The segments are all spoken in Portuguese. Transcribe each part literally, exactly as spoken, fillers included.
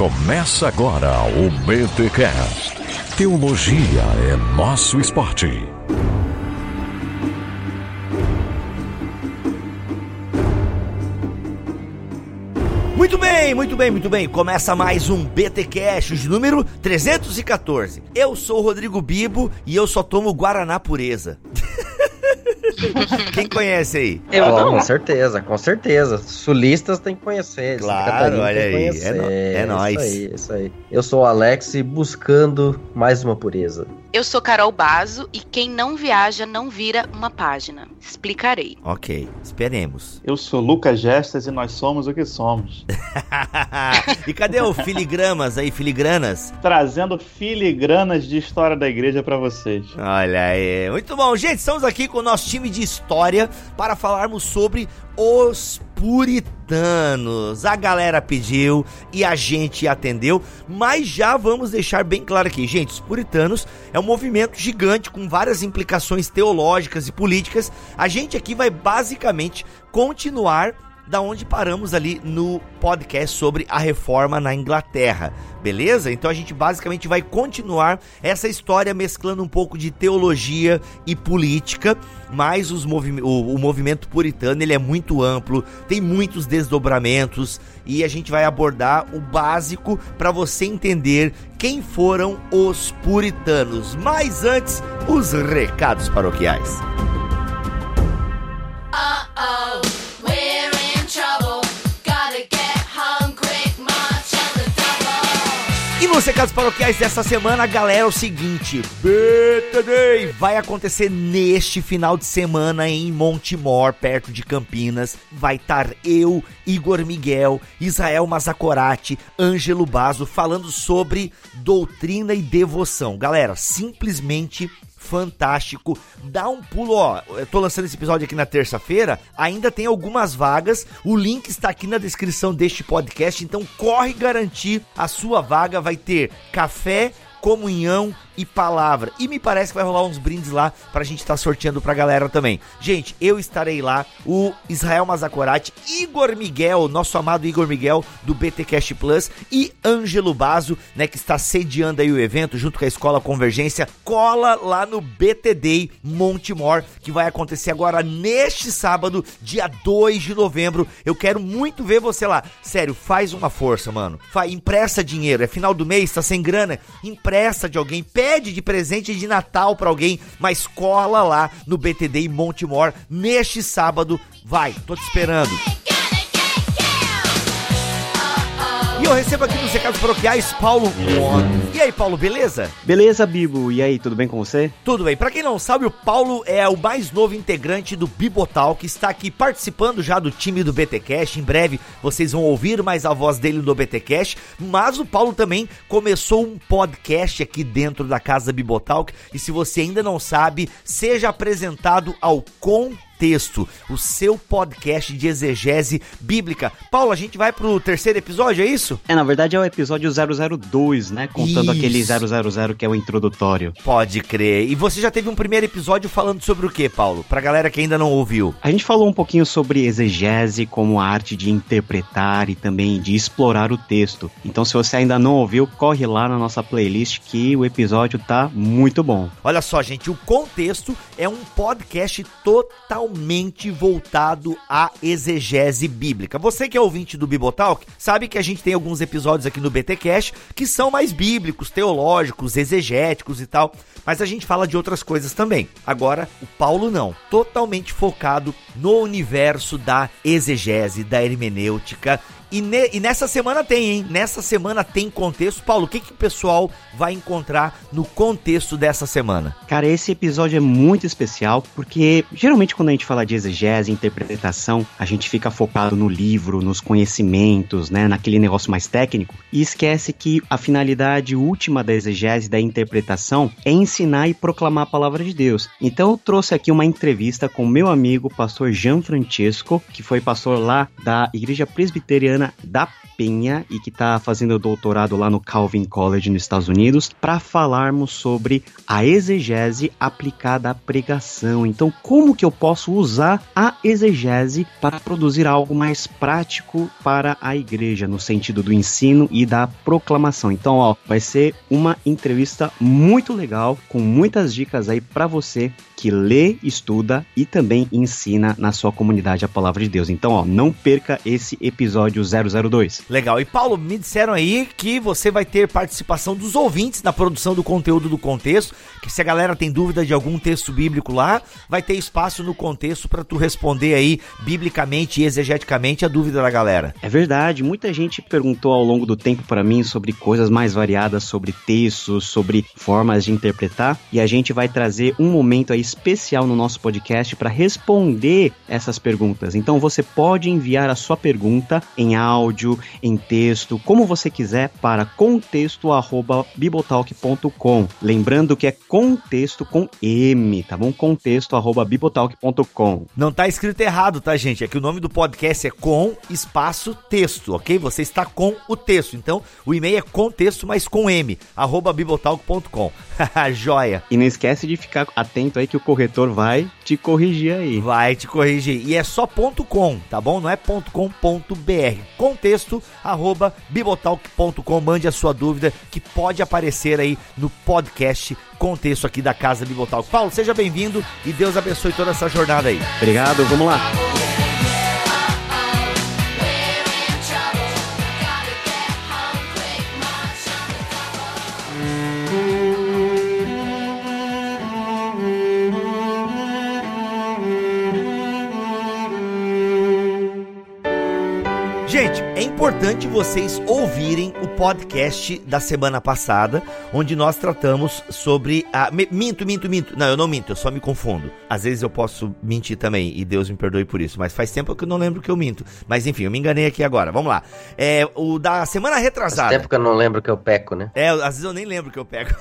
Começa agora o BTcast. Teologia é nosso esporte. Muito bem, muito bem, muito bem. Começa mais um BTcast de número trezentos e catorze. Eu sou o Rodrigo Bibo e eu só tomo Guaraná Pureza. Quem conhece aí? Eu oh, com certeza, com certeza. Sulistas tem que conhecer. Claro, olha aí. É, no, é nóis. Isso aí, isso aí. Eu sou o Alex e buscando mais uma pureza. Eu sou Carol Bazo e quem não viaja não vira uma página. Explicarei. Ok, esperemos. Eu sou Lucas Gestas e nós somos o que somos. E cadê o Filigramas aí, filigranas? Trazendo filigranas de história da igreja pra vocês. Olha aí, muito bom. Gente, estamos aqui com o nosso time de história para falarmos sobre os puritanos. A galera pediu e a gente atendeu, mas já vamos deixar bem claro aqui, gente, os puritanos é um movimento gigante com várias implicações teológicas e políticas. A gente aqui vai basicamente continuar da onde paramos ali no podcast sobre a reforma na Inglaterra, beleza? Então a gente basicamente vai continuar essa história mesclando um pouco de teologia e política, mas os movi- o, o movimento puritano ele é muito amplo, tem muitos desdobramentos e a gente vai abordar o básico para você entender quem foram os puritanos. Mas antes, os recados paroquiais. Uh-oh. E nos recados paroquiais dessa semana, galera, é o seguinte: B T Day vai acontecer neste final de semana em Montemor, perto de Campinas. Vai estar eu, Igor Miguel, Israel Mazacorati, Ângelo Bazo falando sobre doutrina e devoção. Galera, simplesmente fantástico, dá um pulo, ó, eu tô lançando esse episódio aqui na terça-feira, ainda tem algumas vagas, o link está aqui na descrição deste podcast, então corre garantir a sua vaga, vai ter café, comunhão e palavra, e me parece que vai rolar uns brindes lá pra gente estar tá sorteando pra galera também. Gente, eu estarei lá, o Israel Mazacorati, Igor Miguel, nosso amado Igor Miguel do BTcast Plus e Ângelo Bazo, né, que está sediando aí o evento junto com a Escola Convergência. Cola lá no B T Day Montemor, que vai acontecer agora neste sábado, dia dois de novembro. Eu quero muito ver você lá. Sério, faz uma força, mano. Faz, empresta dinheiro, é final do mês, tá sem grana, empresta de alguém, pede de presente de Natal pra alguém, mas cola lá no B T D Montemor neste sábado. Vai, tô te esperando. E eu recebo aqui nos recados paroquiais Paulo. E aí, Paulo, beleza? Beleza, Bibo. E aí, tudo bem com você? Tudo bem. Pra quem não sabe, o Paulo é o mais novo integrante do Bibotal, que está aqui participando já do time do BTcast. Em breve vocês vão ouvir mais a voz dele no BTcast. Mas o Paulo também começou um podcast aqui dentro da casa Bibotal. E se você ainda não sabe, seja apresentado ao Contexto, o seu podcast de exegese bíblica. Paulo, a gente vai pro terceiro episódio, é isso? É, na verdade é o episódio zero zero dois, né? Contando isso. Aquele zero zero zero que é o introdutório. Pode crer. E você já teve um primeiro episódio falando sobre o que, Paulo? Pra galera que ainda não ouviu. A gente falou um pouquinho sobre exegese como a arte de interpretar e também de explorar o texto. Então, se você ainda não ouviu, corre lá na nossa playlist que o episódio tá muito bom. Olha só, gente, o Contexto é um podcast totalmente voltado à exegese bíblica. Você que é ouvinte do Bibotalk, sabe que a gente tem alguns episódios aqui no BTcast que são mais bíblicos, teológicos, exegéticos e tal, mas a gente fala de outras coisas também. Agora, o Paulo não, totalmente focado no universo da exegese, da hermenêutica. E, ne, e nessa semana tem, hein? Nessa semana tem contexto. Paulo, o que, que o pessoal vai encontrar no contexto dessa semana? Cara, esse episódio é muito especial porque geralmente quando a gente fala de exegese, interpretação, a gente fica focado no livro, nos conhecimentos, né? Naquele negócio mais técnico e esquece que a finalidade última da exegese, da interpretação, é ensinar e proclamar a palavra de Deus. Então eu trouxe aqui uma entrevista com meu amigo, pastor Jean Francesco, que foi pastor lá da Igreja Presbiteriana Juliana da Penha e que está fazendo doutorado lá no Calvin College nos Estados Unidos, para falarmos sobre a exegese aplicada à pregação. Então, como que eu posso usar a exegese para produzir algo mais prático para a igreja, no sentido do ensino e da proclamação? Então, ó, vai ser uma entrevista muito legal, com muitas dicas aí para você que lê, estuda e também ensina na sua comunidade a palavra de Deus. Então, ó, não perca esse episódio zero zero dois. Legal. E Paulo, me disseram aí que você vai ter participação dos ouvintes na produção do conteúdo do Contexto, que se a galera tem dúvida de algum texto bíblico lá, vai ter espaço no Contexto para tu responder aí biblicamente e exegeticamente a dúvida da galera. É verdade. Muita gente perguntou ao longo do tempo para mim sobre coisas mais variadas, sobre textos, sobre formas de interpretar, e a gente vai trazer um momento aí especial no nosso podcast para responder essas perguntas. Então você pode enviar a sua pergunta em áudio, em texto, como você quiser, para contexto arroba bibotalk ponto com. Lembrando que é contexto com M, tá bom? contexto arroba bibotalk ponto com. Não tá escrito errado, tá, gente? É que o nome do podcast é com espaço texto, ok? Você está com o texto. Então, o e-mail é contexto, mas com M, arroba bibotalk ponto com. Joia. E não esquece de ficar atento aí que o corretor vai te corrigir aí. Vai te corrigir. E é só ponto .com, tá bom? Não é .com.br. Contexto, arroba bibotalk ponto com. Mande a sua dúvida que pode aparecer aí no podcast Contexto aqui da Casa Bibotalk. Paulo, seja bem-vindo e Deus abençoe toda essa jornada aí. Obrigado, vamos lá. Gente, é importante vocês ouvirem o podcast da semana passada, onde nós tratamos sobre a... Minto, minto, minto. Não, eu não minto, eu só me confundo. Às vezes eu posso mentir também, e Deus me perdoe por isso, mas faz tempo que eu não lembro que eu minto. Mas enfim, eu me enganei aqui agora, vamos lá. É, o da semana retrasada... Faz tempo que eu não lembro que eu peco, né? É, às vezes eu nem lembro que eu pego.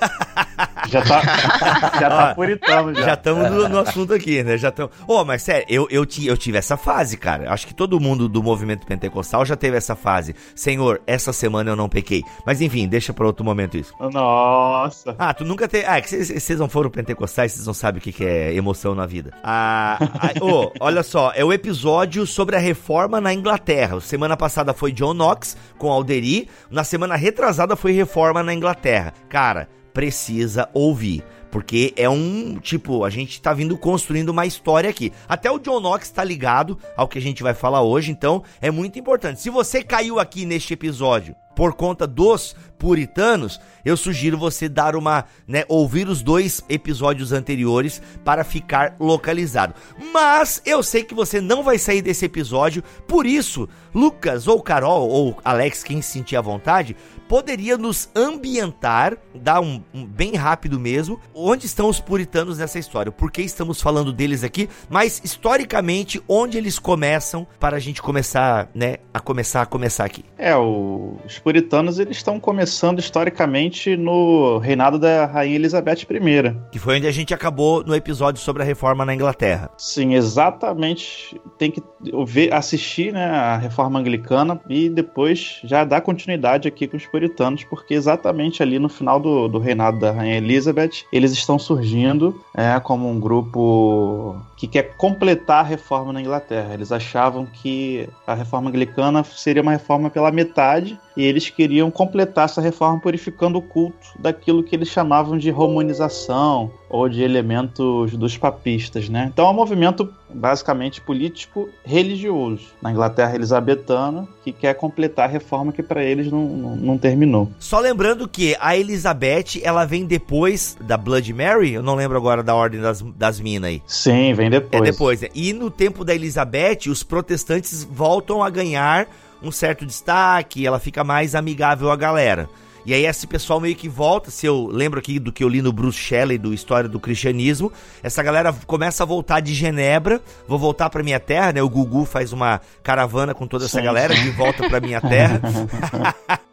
Já tá, já tá puritano já. Já estamos no, no assunto aqui, né? Já estamos... Ô, oh, mas sério, eu, eu, eu tive essa fase, cara. Acho que todo mundo do movimento pentecostal já teve essa fase. Senhor, essa semana eu não pequei. Mas enfim, deixa pra outro momento isso. Nossa. Ah, tu nunca teve... Ah, é que vocês não foram pentecostais, vocês não sabem o que, que é emoção na vida. Ah, ah, oh, olha só, é o episódio sobre a reforma na Inglaterra. Semana passada foi John Knox com Alderi. Na semana retrasada foi reforma na Inglaterra. Cara, precisa ouvir. Porque é um, tipo, a gente tá vindo construindo uma história aqui. Até o John Knox tá ligado ao que a gente vai falar hoje, então é muito importante. Se você caiu aqui neste episódio por conta dos puritanos, eu sugiro você dar uma, né, ouvir os dois episódios anteriores para ficar localizado. Mas eu sei que você não vai sair desse episódio, por isso, Lucas ou Carol ou Alex, quem se sentir à vontade, poderia nos ambientar, dar um, um bem rápido mesmo, onde estão os puritanos nessa história, por que estamos falando deles aqui, mas historicamente onde eles começam, para a gente começar, né, a começar a começar aqui. É, o, os puritanos, eles estão começando historicamente no reinado da Rainha Elizabeth I. Que foi onde a gente acabou no episódio sobre a reforma na Inglaterra. Sim, exatamente. Tem que ver, assistir, né, a reforma anglicana e depois já dar continuidade aqui com os puritanos, porque exatamente ali no final do, do reinado da Rainha Elizabeth, eles estão surgindo é, como um grupo que quer completar a reforma na Inglaterra. Eles achavam que a reforma anglicana seria uma reforma pela metade e eles queriam completar essa reforma purificando o culto daquilo que eles chamavam de romanização ou de elementos dos papistas, né? Então é um movimento basicamente político religioso na Inglaterra elizabetana que quer completar a reforma que para eles não, não, não terminou. Só lembrando que a Elizabeth, ela vem depois da Blood Mary, eu não lembro agora da ordem das, das minas aí. Sim, vem depois. É depois, né? E no tempo da Elizabeth, os protestantes voltam a ganhar um certo destaque, ela fica mais amigável à galera. E aí esse pessoal meio que volta, se eu lembro aqui do que eu li no Bruce Shelley, do História do Cristianismo, essa galera começa a voltar de Genebra, vou voltar pra minha terra, né? O Gugu faz uma caravana com toda essa Sim. galera que volta pra minha terra.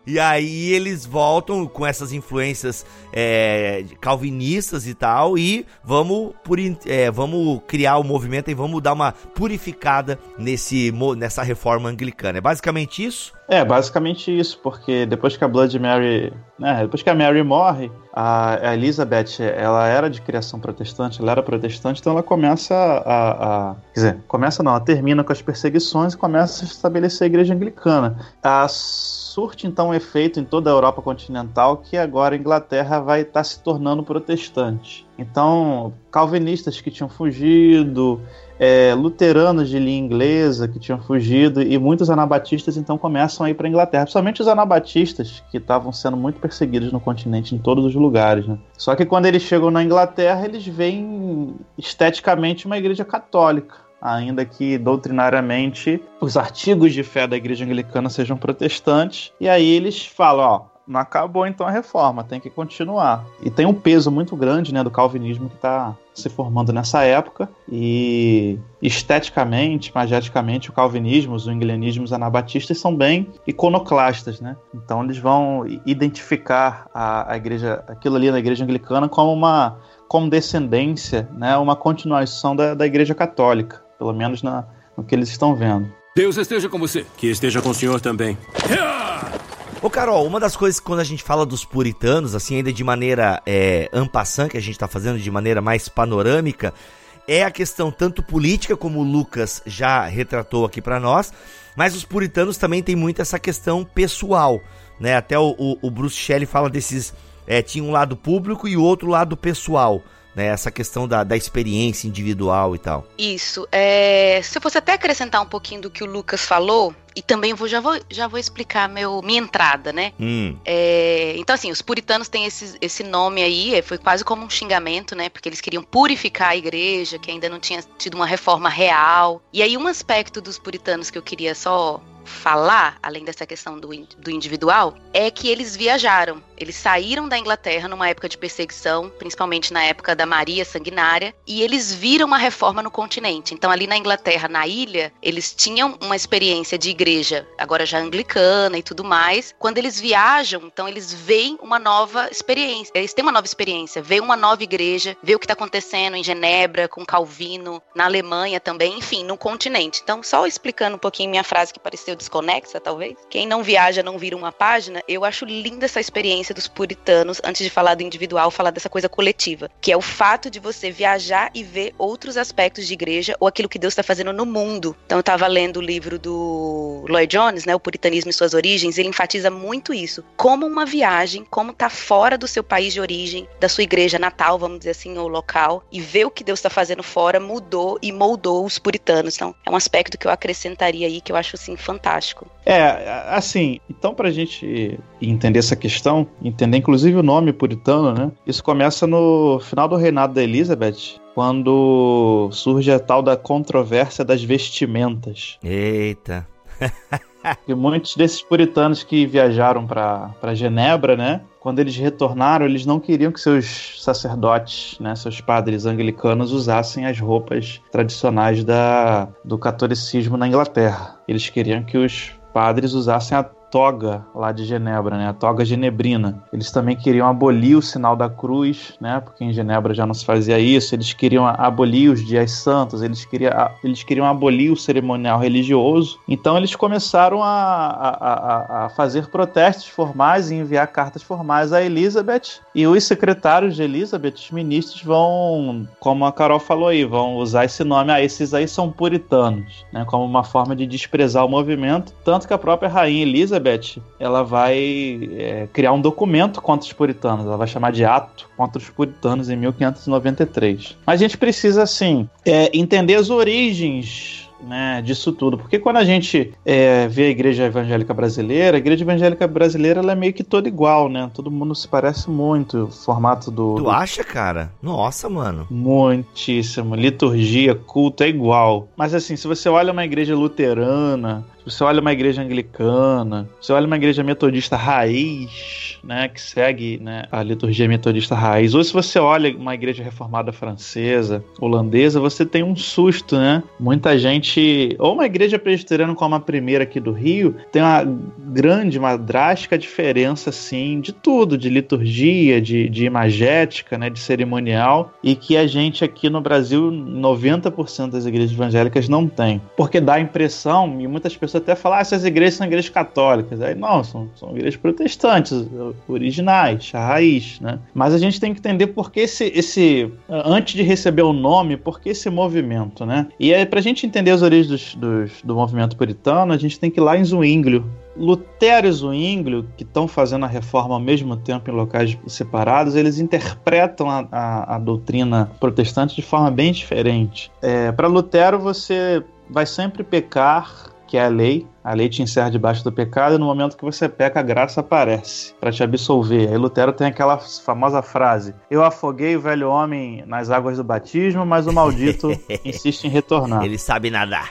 E aí eles voltam com essas influências é, calvinistas e tal, e vamos, puri, é, vamos criar o movimento e vamos dar uma purificada nesse, nessa reforma anglicana. É basicamente isso? É, basicamente isso, porque depois que a Blood Mary, né, depois que a Mary morre, a Elizabeth, ela era de criação protestante, ela era protestante, então ela começa a, a quer dizer, começa não, ela termina com as perseguições e começa a estabelecer a igreja anglicana. A surte então um efeito em toda a Europa continental que agora a Inglaterra vai estar se tornando protestante. Então, calvinistas que tinham fugido, é, luteranos de linha inglesa que tinham fugido e muitos anabatistas então começam a ir para a Inglaterra, principalmente os anabatistas que estavam sendo muito perseguidos no continente, em todos os lugares, né? Só que quando eles chegam na Inglaterra, eles veem esteticamente uma igreja católica, ainda que doutrinariamente os artigos de fé da igreja anglicana sejam protestantes, e aí eles falam, ó, não acabou então a reforma, tem que continuar. E tem um peso muito grande, né, do calvinismo que está se formando nessa época, e esteticamente, mageticamente, o calvinismo, os anglicanismos, os anabatistas são bem iconoclastas, né? Então eles vão identificar a, a igreja, aquilo ali na igreja anglicana como uma condescendência, né, uma continuação da, da igreja católica, pelo menos na, no que eles estão vendo. Deus esteja com você. Que esteja com o senhor também. Ô Carol, uma das coisas que quando a gente fala dos puritanos, assim, ainda de maneira é, en passant, que a gente tá fazendo de maneira mais panorâmica, é a questão tanto política, como o Lucas já retratou aqui pra nós, mas os puritanos também tem muito essa questão pessoal, né? Até o, o, o Bruce Shelley fala desses, é, tinha um lado público e o outro lado pessoal, né? Essa questão da, da experiência individual e tal. Isso, é, se eu fosse até acrescentar um pouquinho do que o Lucas falou, e também vou, já, vou, já vou explicar meu, minha entrada, né? Hum. É, então, assim, os puritanos têm esse, esse nome aí, foi quase como um xingamento, né? Porque eles queriam purificar a igreja, que ainda não tinha tido uma reforma real. E aí, um aspecto dos puritanos que eu queria só falar, além dessa questão do, do individual, é que eles viajaram. Eles saíram da Inglaterra numa época de perseguição, principalmente na época da Maria Sanguinária, e eles viram uma reforma no continente. Então, ali na Inglaterra, na ilha, eles tinham uma experiência de igreja, agora já anglicana e tudo mais. Quando eles viajam, então eles veem uma nova experiência. Eles têm uma nova experiência, veem uma nova igreja, veem o que está acontecendo em Genebra, com Calvino, na Alemanha também, enfim, no continente. Então, só explicando um pouquinho minha frase que pareceu desconexa, talvez. Quem não viaja não vira uma página. Eu acho linda essa experiência dos puritanos, antes de falar do individual, falar dessa coisa coletiva, que é o fato de você viajar e ver outros aspectos de igreja ou aquilo que Deus está fazendo no mundo. Então eu estava lendo o livro do Lloyd Jones, né, O Puritanismo e Suas Origens, e ele enfatiza muito isso, como uma viagem, como tá fora do seu país de origem, da sua igreja natal, vamos dizer assim, ou local, e ver o que Deus está fazendo fora, mudou e moldou os puritanos. Então é um aspecto que eu acrescentaria aí, que eu acho assim fantástico. É, assim, então pra gente entender essa questão, entender inclusive o nome puritano, né? Isso começa no final do reinado da Elizabeth, quando surge a tal da controvérsia das vestimentas. Eita! E muitos desses puritanos que viajaram para para Genebra, né? Quando eles retornaram, eles não queriam que seus sacerdotes, né, seus padres anglicanos usassem as roupas tradicionais da, do catolicismo na Inglaterra. Eles queriam que os padres usassem a toga lá de Genebra, né? A toga genebrina. Eles também queriam abolir o sinal da cruz, né? Porque em Genebra já não se fazia isso. Eles queriam abolir os dias santos, eles queriam, eles queriam abolir o cerimonial religioso. Então eles começaram a, a, a, a fazer protestos formais e enviar cartas formais a Elizabeth. E os secretários de Elizabeth, os ministros, vão, como a Carol falou aí, vão usar esse nome. Ah, esses aí são puritanos, né? Como uma forma de desprezar o movimento. Tanto que a própria rainha Elizabeth, ela vai é, criar um documento contra os puritanos, ela vai chamar de Ato contra os Puritanos em mil quinhentos e noventa e três. Mas a gente precisa, assim, é, entender as origens, né, disso tudo, porque quando a gente é, vê a igreja evangélica brasileira, a igreja evangélica brasileira ela é meio que toda igual, né? Todo mundo se parece muito, o formato do... Tu do... acha, cara? Nossa, mano. Muitíssimo. Liturgia, culto é igual. Mas assim, se você olha uma igreja luterana, se você olha uma igreja anglicana, você olha uma igreja metodista raiz, né, que segue, né, a liturgia metodista raiz, ou se você olha uma igreja reformada francesa, holandesa, você tem um susto, né? Muita gente, ou uma igreja presbiteriana como a primeira aqui do Rio, tem uma grande, uma drástica diferença, assim, de tudo, de liturgia, de, de imagética, né, de cerimonial, e que a gente aqui no Brasil, noventa por cento das igrejas evangélicas não tem. Porque dá a impressão, e muitas pessoas até falam, ah, essas igrejas são igrejas católicas. Aí, não, são, são igrejas protestantes, originais, a raiz, né? Mas a gente tem que entender por que esse, esse antes de receber o nome, por que esse movimento, né? E aí, pra gente entender as origens dos, dos, do movimento puritano, a gente tem que ir lá em Zwinglio. Lutero e Zwinglio, que estão fazendo a reforma ao mesmo tempo em locais separados, eles interpretam a, a, a doutrina protestante de forma bem diferente. É, para Lutero, você vai sempre pecar, que é a lei. A lei te encerra debaixo do pecado e no momento que você peca, a graça aparece para te absolver. Aí Lutero tem aquela famosa frase: eu afoguei o velho homem nas águas do batismo, mas o maldito insiste em retornar. Ele sabe nadar.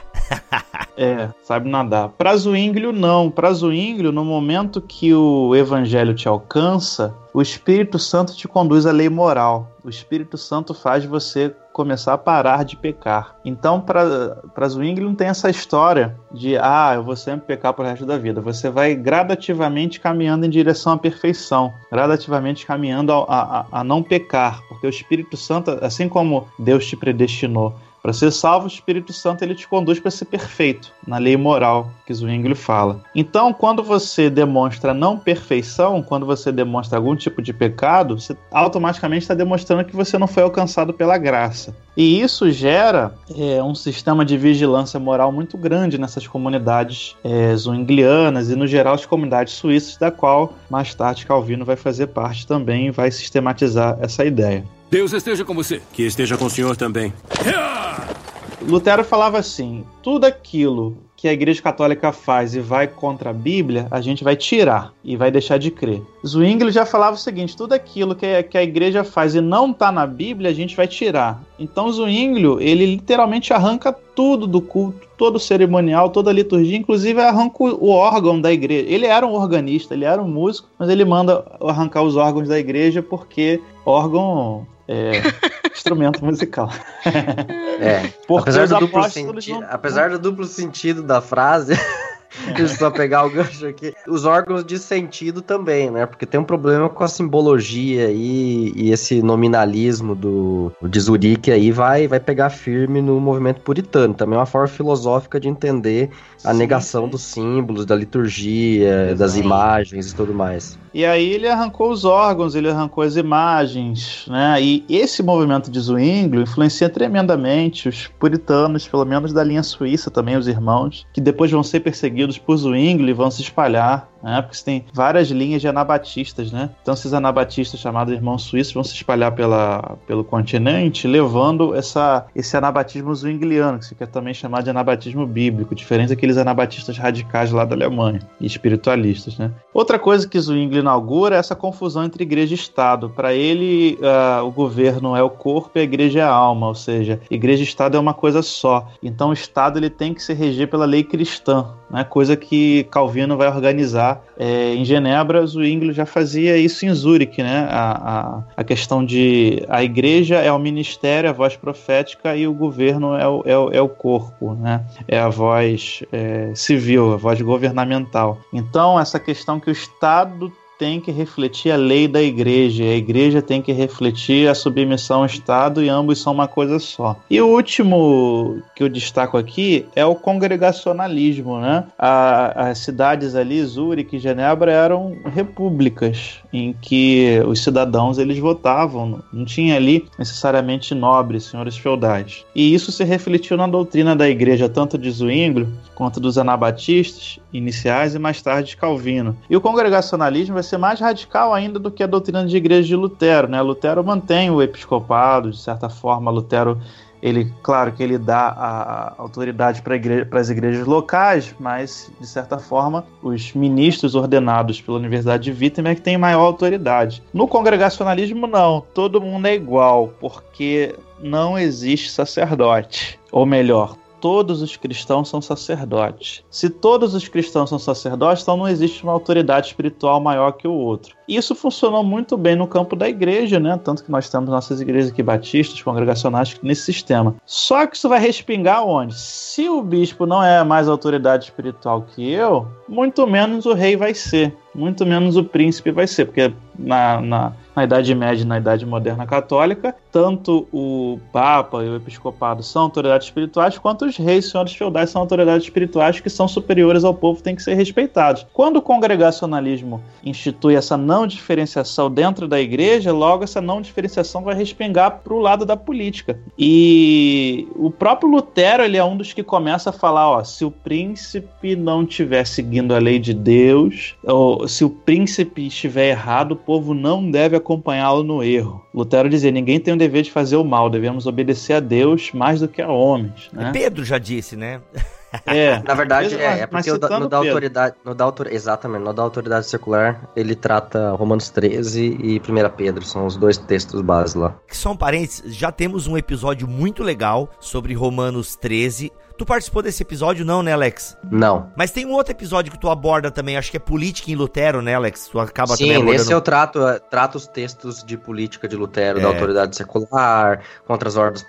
É, sabe nadar. Para Zwinglio, não. Para Zwinglio, no momento que o evangelho te alcança, o Espírito Santo te conduz à lei moral. O Espírito Santo faz você começar a parar de pecar. Então, para Zwinglio não tem essa história de, ah, eu vou sempre pecar pro resto da vida. Você vai gradativamente caminhando em direção à perfeição, gradativamente caminhando a, a, a não pecar, porque o Espírito Santo, assim como Deus te predestinou para ser salvo, o Espírito Santo ele te conduz para ser perfeito, na lei moral que Zwinglio fala. Então, quando você demonstra não perfeição, quando você demonstra algum tipo de pecado, você automaticamente está demonstrando que você não foi alcançado pela graça. E isso gera é, um sistema de vigilância moral muito grande nessas comunidades é, zwinglianas e, no geral, as comunidades suíças, da qual mais tarde Calvino vai fazer parte também e vai sistematizar essa ideia. Deus esteja com você. Que esteja com o senhor também. Lutero falava assim: tudo aquilo que a Igreja Católica faz e vai contra a Bíblia, a gente vai tirar e vai deixar de crer. Zwinglio já falava o seguinte: tudo aquilo que a, que a Igreja faz e não está na Bíblia, a gente vai tirar. Então Zwinglio, ele literalmente arranca tudo do culto, todo o cerimonial, toda a liturgia, inclusive arranca o órgão da igreja. Ele era um organista, ele era um músico, mas ele manda arrancar os órgãos da igreja porque órgão é instrumento musical. É, apesar do, duplo senti- não... apesar do duplo sentido da frase... Deixa eu só pegar o gancho aqui. Os órgãos de sentido também, né? Porque tem um problema com a simbologia e, e esse nominalismo do, de Zurique aí vai, vai pegar firme no movimento puritano. Também é uma forma filosófica de entender a sim, negação sim. dos símbolos, da liturgia, exato, das imagens e tudo mais. E aí ele arrancou os órgãos, ele arrancou as imagens, né? E esse movimento de Zwinglio influencia tremendamente os puritanos, pelo menos da linha suíça também, os irmãos, que depois vão ser perseguidos por Zwinglio e vão se espalhar, né? Porque você tem várias linhas de anabatistas, né? Então esses anabatistas chamados irmãos suíços vão se espalhar pela, pelo continente, levando essa, esse anabatismo zwingliano, que se quer também chamar de anabatismo bíblico, diferente daqueles anabatistas radicais lá da Alemanha, e espiritualistas, né? Outra coisa que Zwinglio inaugura é essa confusão entre igreja e Estado. Para ele, uh, o governo é o corpo e a igreja é a alma, ou seja, igreja e Estado é uma coisa só. Então o Estado ele tem que se reger pela lei cristã, né? Coisa que Calvino vai organizar é, em Genebra. Zwinglio já fazia isso em Zurique, né? A, a, a questão de a igreja é o ministério, a voz profética, e o governo é o, é o, é o corpo, né? É a voz é, civil, a voz governamental. Então essa questão que o Estado tem que refletir a lei da igreja, a igreja tem que refletir a submissão ao Estado, e ambos são uma coisa só. E o último que eu destaco aqui é o congregacionalismo, né? A, as cidades ali, Zurique e Genebra, eram repúblicas em que os cidadãos eles votavam, não tinha ali necessariamente nobres, senhores feudais. E isso se refletiu na doutrina da igreja, tanto de Zwinglio quanto dos anabatistas iniciais e mais tarde de Calvino. E o congregacionalismo vai ser mais radical ainda do que a doutrina de igreja de Lutero, né? Lutero mantém o episcopado, de certa forma. Lutero, ele, claro que ele dá a autoridade para igreja, as igrejas locais, mas, de certa forma, os ministros ordenados pela Universidade de Wittenberg é que têm maior autoridade. No congregacionalismo, não. Todo mundo é igual, porque não existe sacerdote. Ou melhor, todos os cristãos são sacerdotes. Se todos os cristãos são sacerdotes, então não existe uma autoridade espiritual maior que o outro. E isso funcionou muito bem no campo da igreja, né? Tanto que nós temos nossas igrejas aqui batistas, congregacionais, nesse sistema. Só que isso vai respingar onde? Se o bispo não é mais autoridade espiritual que eu, muito menos o rei vai ser. Muito menos o príncipe vai ser, porque na, na, na Idade Média e na Idade Moderna Católica, tanto o Papa e o Episcopado são autoridades espirituais, quanto os reis e senhores feudais são autoridades espirituais que são superiores ao povo, têm que ser respeitados. Quando o congregacionalismo institui essa não diferenciação dentro da igreja, logo essa não diferenciação vai respingar para o lado da política. E o próprio Lutero, ele é um dos que começa a falar, ó, se o príncipe não estiver seguindo a lei de Deus, ou se o príncipe estiver errado, o povo não deve acompanhá-lo no erro. Lutero dizia, ninguém tem o dever de fazer o mal, devemos obedecer a Deus mais do que a homens, né? Pedro já disse, né? É, na verdade, mesmo, é, é porque o da, no da autoridade, no da autor, exatamente, no da autoridade secular, ele trata Romanos treze e primeira Pedro, são os dois textos base lá. Só um parênteses, já temos um episódio muito legal sobre Romanos treze. Tu participou desse episódio não, né, Alex? Não. Mas tem um outro episódio que tu aborda também, acho que é política em Lutero, né, Alex? Tu acaba Sim, também abordando... nesse eu trato, trato os textos de política de Lutero, é. da autoridade secular, contra as ordens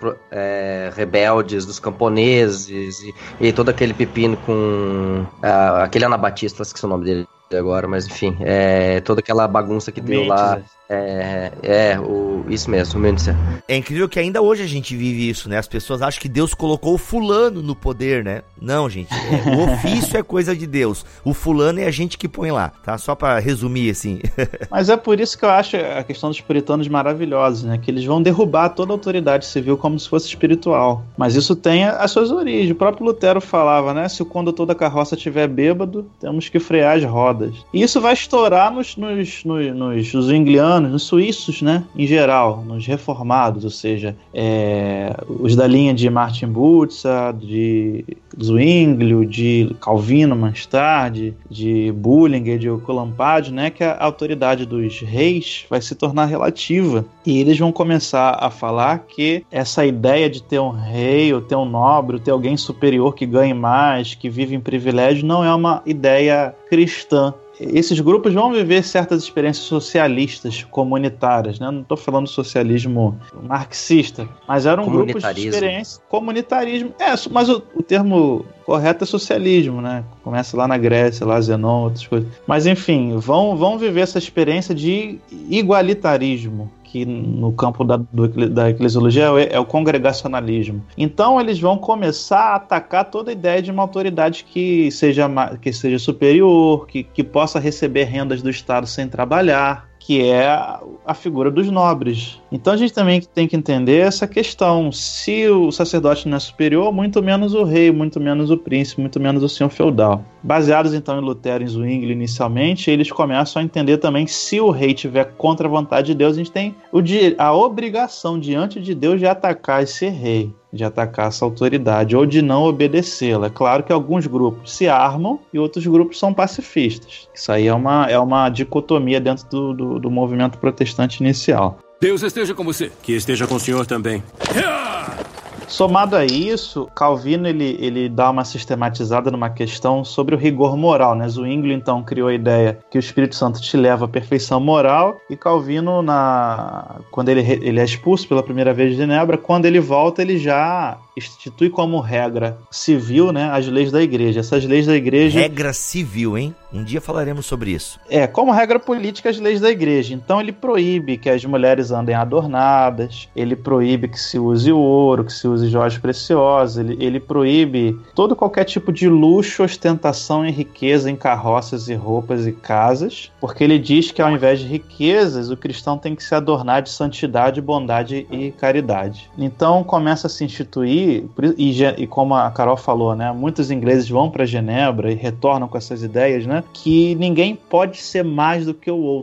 é, rebeldes dos camponeses e, e todo aquele pepino com uh, aquele Anabatista, esqueci o nome dele agora, mas enfim, é, toda aquela bagunça que deu lá. É, é o, isso mesmo, o Mendes. É incrível que ainda hoje a gente vive isso, né? As pessoas acham que Deus colocou o fulano no poder, né? Não, gente, é, o ofício é coisa de Deus. O fulano é a gente que põe lá, tá? Só pra resumir, assim. Mas é por isso que eu acho a questão dos puritanos maravilhosa, né? Que eles vão derrubar toda a autoridade civil como se fosse espiritual. Mas isso tem as suas origens. O próprio Lutero falava, né? Se o condutor da carroça estiver bêbado, temos que frear as rodas. E isso vai estourar nos, nos, nos, nos, nos anglianos, nos suíços, né, em geral, nos reformados, ou seja, é, os da linha de Martin Butzer, de Zwinglio, de Calvino mais tarde, de Bullinger, de Colampade, né, que a autoridade dos reis vai se tornar relativa. E eles vão começar a falar que essa ideia de ter um rei, ou ter um nobre, ou ter alguém superior que ganhe mais, que vive em privilégio, não é uma ideia cristã. Esses grupos vão viver certas experiências socialistas, comunitárias, né? Não estou falando socialismo marxista, mas eram grupos de experiência. Comunitarismo. É, mas o, o termo correto é socialismo, né? Começa lá na Grécia, lá Zenon, outras coisas. Mas enfim, vão, vão viver essa experiência de igualitarismo, que no campo da, do, da eclesiologia é, é o congregacionalismo. Então eles vão começar a atacar toda a ideia de uma autoridade que seja, que seja superior, que, que possa receber rendas do Estado sem trabalhar, que é a, a figura dos nobres. Então a gente também tem que entender essa questão. Se o sacerdote não é superior, muito menos o rei, muito menos o príncipe, muito menos o senhor feudal. Baseados então em Lutero e em Zwinglio inicialmente, eles começam a entender também se o rei tiver contra a vontade de Deus, a gente tem o, a obrigação diante de Deus de atacar esse rei, de atacar essa autoridade ou de não obedecê-la. É claro que alguns grupos se armam e outros grupos são pacifistas. Isso aí é uma, é uma dicotomia dentro do, do, do movimento protestante inicial. Deus esteja com você, que esteja com o senhor também. Somado a isso, Calvino ele, ele dá uma sistematizada numa questão sobre o rigor moral, né? Zwinglio então criou a ideia que o Espírito Santo te leva à perfeição moral, e Calvino, na... quando ele, ele é expulso pela primeira vez de Genebra, quando ele volta, ele já institui como regra civil, né, as leis da igreja. Essas leis da igreja... Regra civil, hein? Um dia falaremos sobre isso. É, como regra política, as leis da igreja. Então ele proíbe que as mulheres andem adornadas, ele proíbe que se use ouro, que se use joias preciosas, ele, ele proíbe todo qualquer tipo de luxo, ostentação e riqueza em carroças e roupas e casas, porque ele diz que ao invés de riquezas, o cristão tem que se adornar de santidade, bondade e caridade. Então começa a se instituir, e, e como a Carol falou, né, muitos ingleses vão para Genebra e retornam com essas ideias, né, que ninguém pode ser mais do que o outro.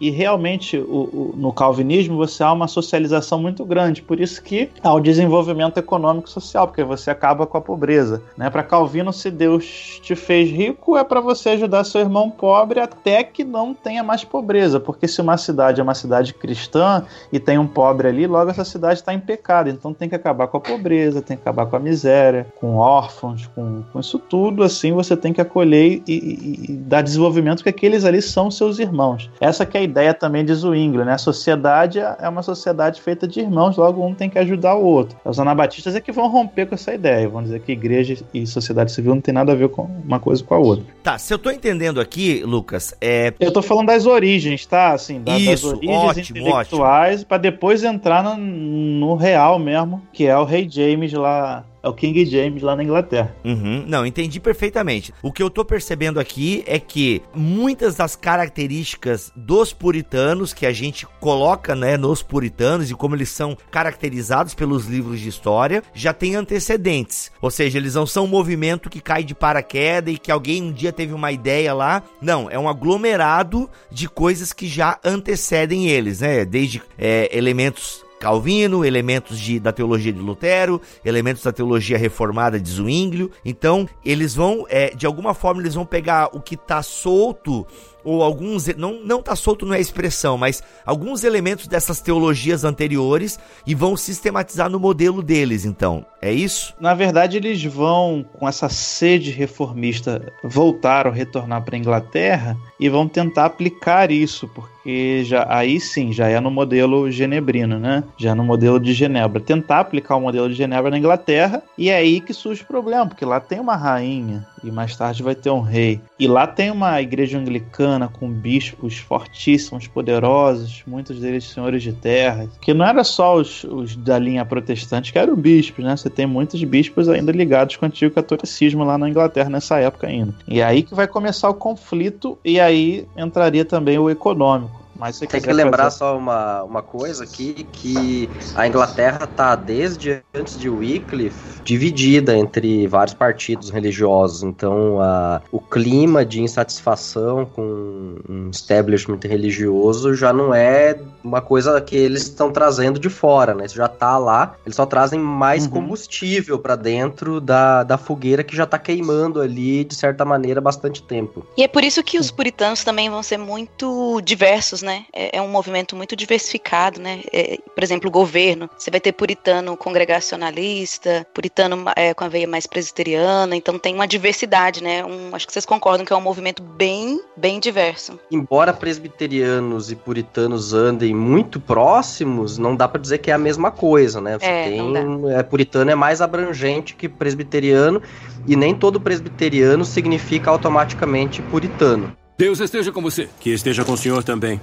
E realmente, o, o, no calvinismo, você há uma socialização muito grande, por isso que há o desenvolvimento econômico e social, porque você acaba com a pobreza, né? Para Calvino, se Deus te fez rico, é para você ajudar seu irmão pobre até que não tenha mais pobreza, porque se uma cidade é uma cidade cristã e tem um pobre ali, logo essa cidade está em pecado, então tem que acabar com a pobreza, tem que acabar com a miséria, com órfãos, com, com isso tudo, assim você tem que acolher e, e, e dar desenvolvimento, porque aqueles ali são seus irmãos. Essa que é a ideia também de Zwingli, né? A sociedade é uma sociedade feita de irmãos, logo um tem que ajudar o outro. Os anabatistas é que vão romper com essa ideia, vão dizer que igreja e sociedade civil não tem nada a ver com uma coisa com a outra. Tá, se eu tô entendendo aqui, Lucas, é... Eu tô falando das origens, tá? Assim, da, Isso, das origens ótimo, intelectuais, para depois entrar no, no real mesmo, que é o rei James lá... É o King James lá na Inglaterra. Uhum, não, entendi perfeitamente. O que eu tô percebendo aqui é que muitas das características dos puritanos, que a gente coloca, né, nos puritanos e como eles são caracterizados pelos livros de história, já tem antecedentes. Ou seja, eles não são um movimento que cai de paraquedas e que alguém um dia teve uma ideia lá. Não, é um aglomerado de coisas que já antecedem eles, né? Desde é, elementos Calvino, elementos de, da teologia de Lutero, elementos da teologia reformada de Zwinglio. Então, eles vão, é, de alguma forma, eles vão pegar o que está solto, ou alguns, não, não tá solto não é a expressão, mas alguns elementos dessas teologias anteriores e vão sistematizar no modelo deles, então, é isso? Na verdade, eles vão, com essa sede reformista, voltar ou retornar para a Inglaterra e vão tentar aplicar isso, porque já, aí sim, já é no modelo genebrino, né? Já é no modelo de Genebra. Tentar aplicar o modelo de Genebra na Inglaterra, e é aí que surge o problema, porque lá tem uma rainha, e mais tarde vai ter um rei. E lá tem uma igreja anglicana com bispos fortíssimos, poderosos, muitos deles senhores de terra, que não era só os, os da linha protestante que eram bispos, né? Você tem muitos bispos ainda ligados com o antigo catolicismo lá na Inglaterra nessa época ainda. E é aí que vai começar o conflito, e aí entraria também o econômico. Mas tem que lembrar fazer... só uma, uma coisa aqui, que a Inglaterra está desde antes de Wycliffe dividida entre vários partidos religiosos, então a, o clima de insatisfação com um establishment religioso já não é uma coisa que eles estão trazendo de fora, né? Isso já está lá, eles só trazem mais uhum. combustível para dentro da, da fogueira que já está queimando ali, de certa maneira, há bastante tempo. E é por isso que os puritanos também vão ser muito diversos, né? É, é um movimento muito diversificado, né? É, por exemplo, o governo, você vai ter puritano congregacionalista, puritano é, com a veia mais presbiteriana, então tem uma diversidade, né? Um, acho que vocês concordam que é um movimento bem, bem diverso. Embora presbiterianos e puritanos andem muito próximos, não dá pra dizer que é a mesma coisa, né? Você é, tem, é, puritano é mais abrangente que presbiteriano, e nem todo presbiteriano significa automaticamente puritano. Deus esteja com você. Que esteja com o senhor também.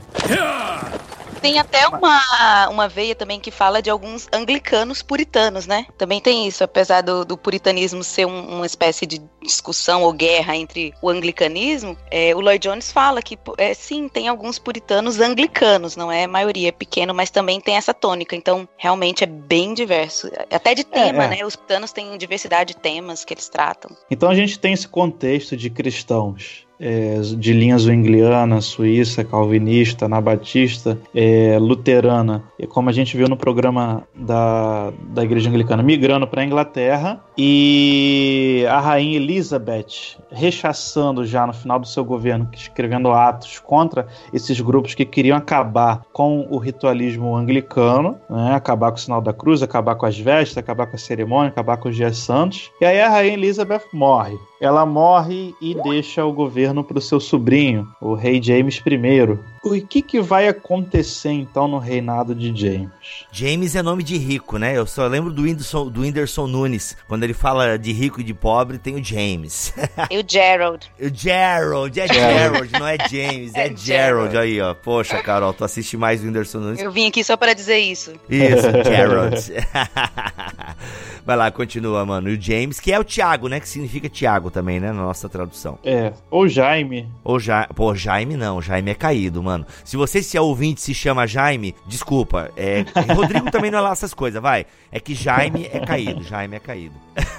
Tem até uma, uma veia também que fala de alguns anglicanos puritanos, né? Também tem isso, apesar do, do puritanismo ser um, uma espécie de discussão ou guerra entre o anglicanismo, é, o Lloyd Jones fala que, é, sim, tem alguns puritanos anglicanos, não é a maioria, é pequeno, mas também tem essa tônica, então realmente é bem diverso. Até de tema, é, é. né? Os puritanos têm diversidade de temas que eles tratam. Então a gente tem esse contexto de cristãos É, de linha zwingliana, suíça, calvinista, anabatista, é, luterana, e como a gente viu no programa da, da Igreja Anglicana, migrando para a Inglaterra, e a rainha Elizabeth rechaçando já no final do seu governo, escrevendo atos contra esses grupos que queriam acabar com o ritualismo anglicano, né, acabar com o sinal da cruz, acabar com as vestes, acabar com a cerimônia, acabar com os dias santos, e aí a rainha Elizabeth morre. Ela morre e deixa o governo para o seu sobrinho, o rei James primeiro. O que, que vai acontecer então no reinado de James? James é nome de rico, né? Eu só lembro do Whindersson, do Whindersson Nunes. Quando ele fala de rico e de pobre, tem o James. E o Gerald. O Gerald, é Gerald, não é James, é, é Gerald. Aí, ó. Poxa, Carol, tu assiste mais o Whindersson Nunes. Eu vim aqui só para dizer isso. Isso, Gerald. Vai lá, continua, mano. E o James, que é o Tiago, né? Que significa Tiago também, né? Na nossa tradução. É, ou Jaime. Ou ja... Pô, Jaime não, Jaime é caído, mano. Se você, se é ouvinte, se chama Jaime, desculpa. É... Rodrigo também não é lá essas coisas, vai. É que Jaime é caído, Jaime é caído.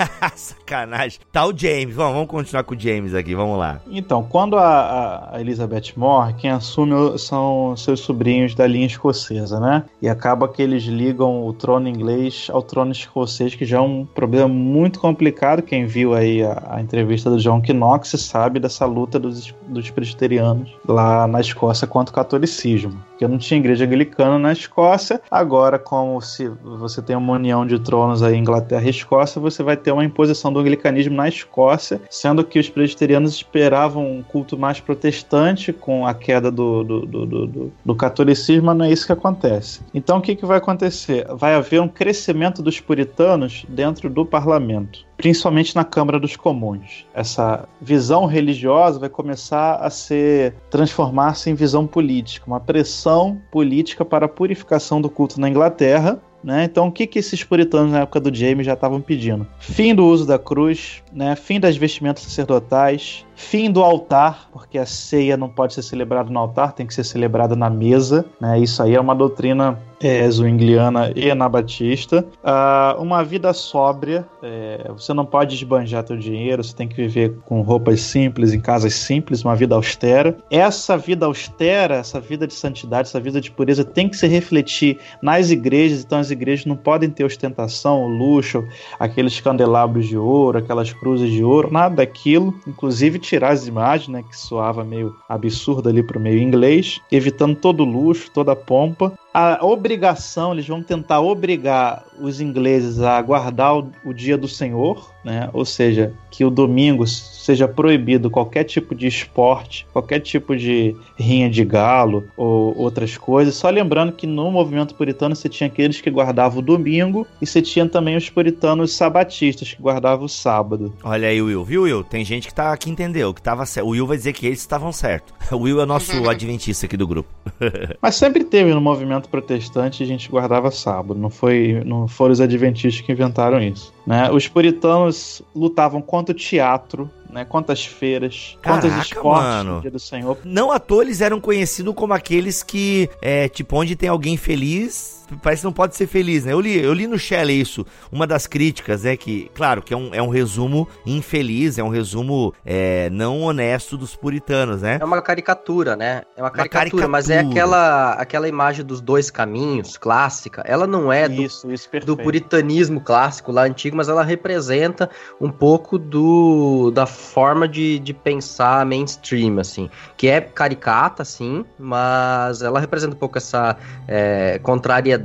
Sacanagem. Tá o James, vamos, vamos continuar com o James aqui, vamos lá. Então, quando a, a Elizabeth morre, quem assume são seus sobrinhos da linha escocesa, né? E acaba que eles ligam o trono inglês ao trono escocês, que já é um problema muito complicado. Quem viu aí a, a entrevista do John Knox sabe dessa luta dos, dos presbiterianos lá na Escócia contra o catolicismo. Porque não tinha igreja anglicana na Escócia. Agora, como se você tem uma união de tronos aí, Inglaterra e Escócia, você vai ter uma imposição do anglicanismo na Escócia, sendo que os presbiterianos esperavam um culto mais protestante com a queda do, do, do, do, do catolicismo, mas não é isso que acontece. Então o que, que vai acontecer? Vai haver um crescimento dos puritanos dentro do parlamento, principalmente na Câmara dos Comuns. Essa visão religiosa vai começar a ser transformar-se em visão política, uma pressão política para a purificação do culto na Inglaterra. Né? Então, o que, que esses puritanos na época do James já estavam pedindo? Fim do uso da cruz, né? Fim das vestimentas sacerdotais, fim do altar, porque a ceia não pode ser celebrada no altar, tem que ser celebrada na mesa. Né? Isso aí é uma doutrina é, zwingliana e anabatista. Ah, uma vida sóbria, é, você não pode esbanjar teu dinheiro, você tem que viver com roupas simples, em casas simples, uma vida austera. Essa vida austera, essa vida de santidade, essa vida de pureza tem que se refletir nas igrejas. Então as igrejas não podem ter ostentação, luxo, aqueles candelabros de ouro, aquelas cruzes de ouro, nada daquilo, inclusive tirar as imagens, né, que soava meio absurdo ali para o meio inglês, evitando todo o luxo, toda a pompa. A obrigação, eles vão tentar obrigar os ingleses a guardar o, o dia do Senhor, né? Ou seja, que o domingo seja proibido qualquer tipo de esporte, qualquer tipo de rinha de galo ou outras coisas. Só lembrando que no movimento puritano você tinha aqueles que guardavam o domingo e você tinha também os puritanos sabatistas que guardavam o sábado. Olha aí, Will, viu, Will? Tem gente que, tá, que entendeu, que tava certo. O Will vai dizer que eles estavam certos. O Will é o nosso adventista aqui do grupo. Mas sempre teve no movimento protestante, a gente guardava sábado, não, foi, não foram os adventistas que inventaram isso, né? Os puritanos lutavam contra o teatro, né? Quantas feiras, Caraca, quantos esportes mano. no dia do Senhor. Não à toa eles eram conhecidos como aqueles que, é, tipo, onde tem alguém feliz, parece que não pode ser feliz, né? Eu li, eu li no Shelley isso, uma das críticas, é que, claro, que é um, é um resumo infeliz, é um resumo é, não honesto dos puritanos, né? É uma caricatura, né? É uma caricatura, uma caricatura. Mas é aquela, aquela imagem dos dois caminhos, clássica, ela não é do, isso, isso, do puritanismo clássico lá antigo, mas ela representa um pouco do, da forma de, de pensar mainstream, assim, que é caricata, sim, mas ela representa um pouco essa é, contrariedade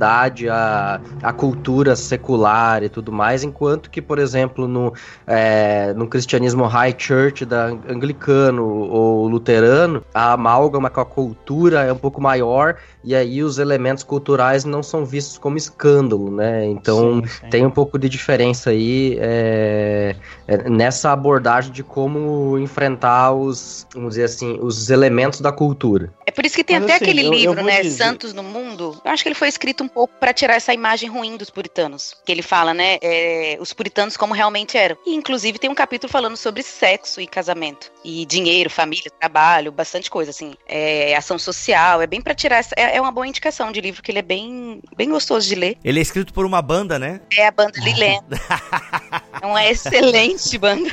à, à cultura secular e tudo mais, enquanto que, por exemplo, no, é, no cristianismo high church da anglicano ou luterano, a amálgama com a cultura é um pouco maior e aí os elementos culturais não são vistos como escândalo, né? Então sim, sim. Tem um pouco de diferença aí é, é, nessa abordagem de como enfrentar os, vamos dizer assim, os elementos da cultura. É por isso que tem Mas, até assim, aquele eu, livro, eu né, dizer. Santos no Mundo. Eu acho que ele foi escrito um pouco para tirar essa imagem ruim dos puritanos. Que ele fala, né, é, os puritanos como realmente eram. E inclusive tem um capítulo falando sobre sexo e casamento. E dinheiro, família, trabalho, bastante coisa, assim. É, ação social, é bem para tirar essa... É, é uma boa indicação de livro, que ele é bem, bem gostoso de ler. Ele é escrito por uma banda, né? É a banda Leland. É uma excelente banda.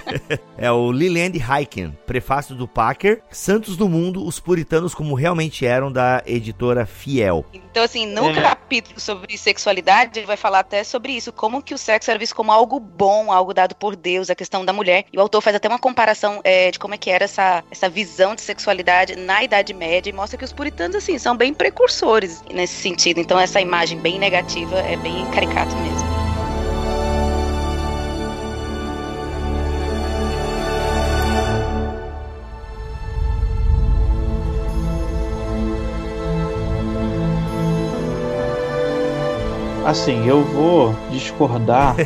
É o Leland Hyken, prefácio do Packer, Santos do Mundo, os puritanos como realmente eram, da editora Fiel. Então, assim, no é. capítulo sobre sexualidade, ele vai falar até sobre isso, como que o sexo era visto como algo bom, algo dado por Deus, a questão da mulher. E o autor faz até uma comparação é, de como é que era essa, essa visão de sexualidade na Idade Média, e mostra que os puritanos, assim, são bem precursores nesse sentido. Então, essa imagem bem negativa é bem caricata mesmo. Assim, eu vou discordar.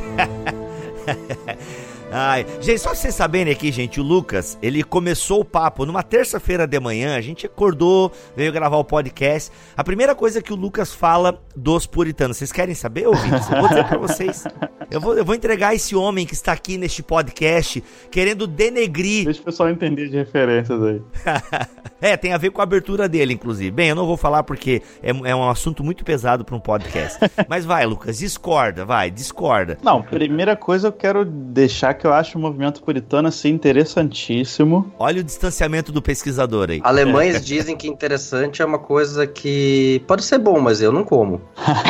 Ai, gente, só pra vocês saberem aqui, gente, o Lucas, ele começou o papo numa terça-feira de manhã, a gente acordou, veio gravar o podcast. A primeira coisa que o Lucas fala dos puritanos, vocês querem saber, ouvintes? Eu vou dizer pra vocês. Eu vou, eu vou entregar esse homem que está aqui neste podcast querendo denegrir. Deixa o pessoal entender de referências aí. É, tem a ver com a abertura dele, inclusive. Bem, eu não vou falar porque é, é um assunto muito pesado para um podcast. Mas vai, Lucas, discorda, vai, discorda. Não, primeira coisa eu quero deixar que eu acho o movimento puritano assim interessantíssimo. Olha o distanciamento do pesquisador aí. Alemães dizem que interessante é uma coisa que pode ser bom, mas eu não como.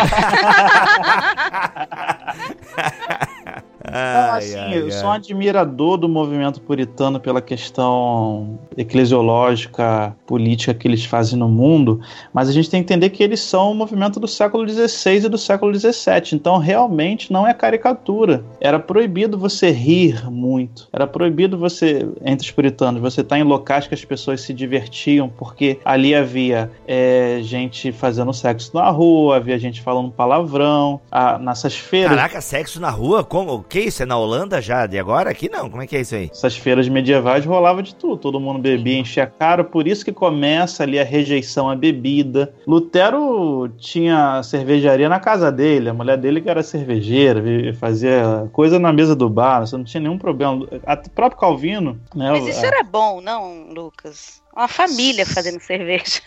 Não, assim, ai, ai, eu sou um admirador do movimento puritano pela questão eclesiológica, política que eles fazem no mundo, mas a gente tem que entender que eles são o movimento do século dezesseis e do século dezessete, então realmente não é caricatura. Era proibido você rir muito, era proibido você, entre os puritanos, você estar em locais que as pessoas se divertiam, porque ali havia é, gente fazendo sexo na rua, havia gente falando palavrão, a, nessas feiras... Caraca, sexo na rua? Como? O que isso? É na Holanda já? De agora? Aqui não. Como é que é isso aí? Essas feiras medievais rolava de tudo. Todo mundo bebia, enchia a cara. Por isso que começa ali a rejeição à bebida. Lutero tinha cervejaria na casa dele. A mulher dele que era cervejeira. Fazia coisa na mesa do bar. Você não tinha nenhum problema. O próprio Calvino... Né, Mas isso a... era bom, não, Lucas? Uma família fazendo cerveja.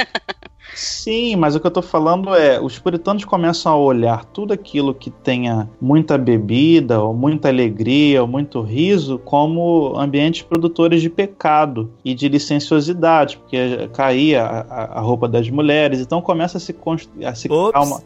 Sim, mas o que eu tô falando é, os puritanos começam a olhar tudo aquilo que tenha muita bebida, ou muita alegria, ou muito riso, como ambientes produtores de pecado e de licenciosidade, porque caía a, a roupa das mulheres, então começa a se, constru- a se criar uma...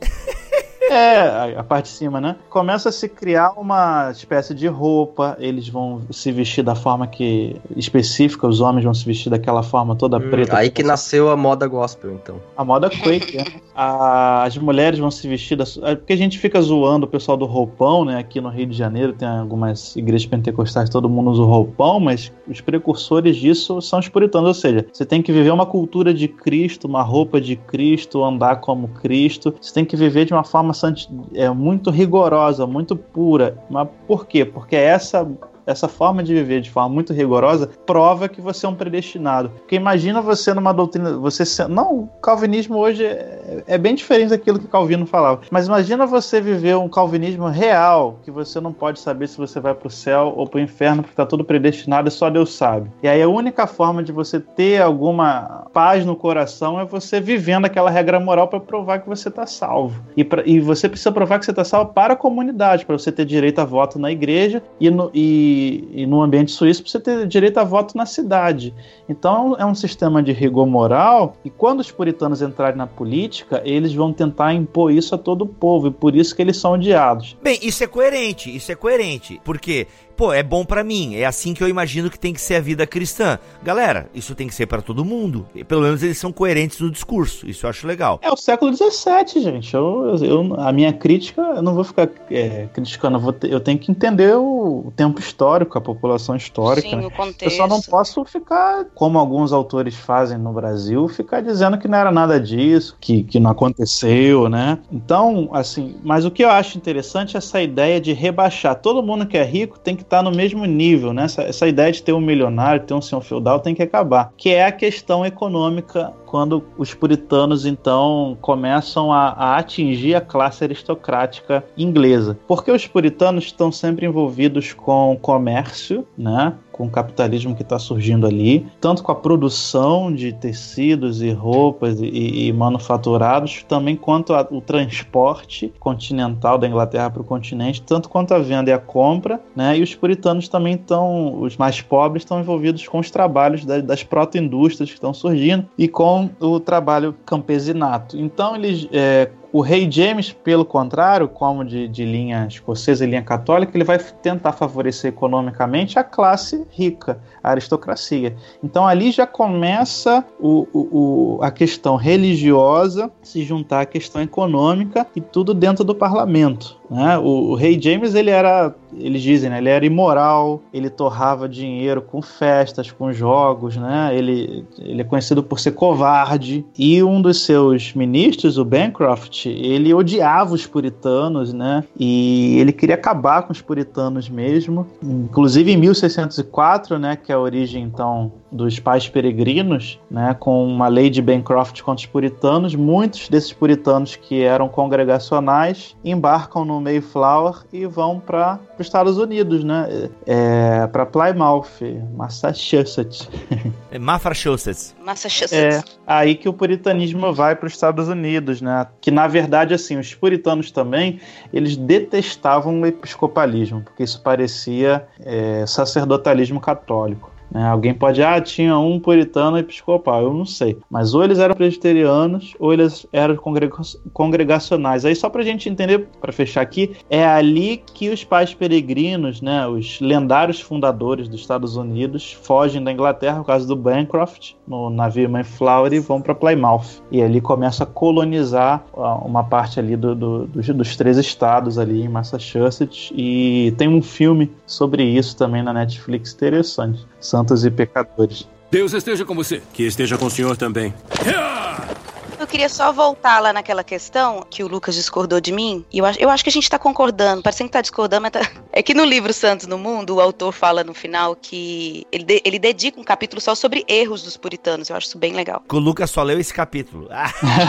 É, a, a parte de cima, né? Começa a se criar uma espécie de roupa, eles vão se vestir da forma que específica, os homens vão se vestir daquela forma toda hum, preta. Aí que nasceu a moda gospel, então. A moda Quake, né? A, as mulheres vão se vestir da... Porque a gente fica zoando o pessoal do roupão, né? Aqui no Rio de Janeiro tem algumas igrejas pentecostais, todo mundo usa o roupão, mas os precursores disso são os puritanos, ou seja, você tem que viver uma cultura de Cristo, uma roupa de Cristo, andar como Cristo, você tem que viver de uma forma é muito rigorosa, muito pura. Mas por quê? Porque essa essa forma de viver de forma muito rigorosa prova que você é um predestinado. Porque imagina você numa doutrina... Você, não, o calvinismo hoje é, é bem diferente daquilo que Calvino falava. Mas imagina você viver um calvinismo real, que você não pode saber se você vai para o céu ou para o inferno, porque está tudo predestinado e só Deus sabe. E aí a única forma de você ter alguma paz no coração é você vivendo aquela regra moral para provar que você está salvo. E, pra, e você precisa provar que você está salvo para a comunidade, para você ter direito a voto na igreja e, no, e, e no ambiente suíço para você ter direito a voto na cidade. Então é um sistema de rigor moral, e quando os puritanos entrarem na política, eles vão tentar impor isso a todo o povo, e por isso que eles são odiados. Bem, isso é coerente, isso é coerente, porque... Pô, é bom pra mim, é assim que eu imagino que tem que ser a vida cristã. Galera, isso tem que ser pra todo mundo. E pelo menos eles são coerentes no discurso, isso eu acho legal. É o século dezessete, gente. Eu, eu, a minha crítica, eu não vou ficar é, criticando, eu, vou ter, eu tenho que entender o, o tempo histórico, a população histórica. Sim, né? o contexto. Eu só não posso ficar, como alguns autores fazem no Brasil, ficar dizendo que não era nada disso, que, que não aconteceu, né? Então, assim, mas o que eu acho interessante é essa ideia de rebaixar. Todo mundo que é rico tem que estar no mesmo nível, né? Essa, essa ideia de ter um milionário, ter um senhor feudal tem que acabar, que é a questão econômica, quando os puritanos então começam a, a atingir a classe aristocrática inglesa, porque os puritanos estão sempre envolvidos com comércio, né? Com o capitalismo que está surgindo ali, tanto com a produção de tecidos e roupas e, e, e manufaturados, também quanto a, o transporte continental da Inglaterra para o continente, tanto quanto a venda e a compra, né? E os puritanos também estão, os mais pobres, estão envolvidos com os trabalhos da, das proto-indústrias que estão surgindo e com o trabalho campesinato. Então eles... É, o rei James, pelo contrário, como de, de linha escocesa e linha católica, ele vai tentar favorecer economicamente a classe rica, a aristocracia. Então ali já começa o, o, o, a questão religiosa se juntar à questão econômica, e tudo dentro do parlamento, né? O, o rei James, ele era, eles dizem, né, ele era imoral, ele torrava dinheiro com festas, com jogos, né? ele, ele é conhecido por ser covarde, e um dos seus ministros, o Bancroft, ele odiava os puritanos, né? E ele queria acabar com os puritanos mesmo. Inclusive em mil seiscentos e quatro, né, que é a origem então dos pais peregrinos, né, com uma lei de Bancroft contra os puritanos, muitos desses puritanos que eram congregacionais embarcam no no Mayflower e vão para os Estados Unidos, né? É, para Plymouth, Massachusetts. É Massachusetts. Massachusetts. É aí que o puritanismo vai para os Estados Unidos, né? Que na verdade, assim, os puritanos também, eles detestavam o episcopalismo, porque isso parecia é, sacerdotalismo católico. É, alguém pode, ah, tinha um puritano episcopal, eu não sei. Mas ou eles eram presbiterianos, ou eles eram congrega- congregacionais. Aí só pra gente entender, pra fechar aqui, é ali que os pais peregrinos, né, os lendários fundadores dos Estados Unidos, fogem da Inglaterra, por causa do Bancroft, no navio Mayflower, e vão pra Plymouth. E ali começa a colonizar ó, uma parte ali do, do, dos, dos três estados ali em Massachusetts. E tem um filme sobre isso também na Netflix, interessante. Santos e Pecadores. Deus esteja com você. Que esteja com o senhor também. Eu queria só voltar lá naquela questão que o Lucas discordou de mim. E eu acho, eu acho que a gente tá concordando. Parece que tá discordando, mas tá... É que no livro Santos no Mundo, o autor fala no final que ele, de, ele dedica um capítulo só sobre erros dos puritanos. Eu acho isso bem legal. O Lucas só leu esse capítulo. Ah.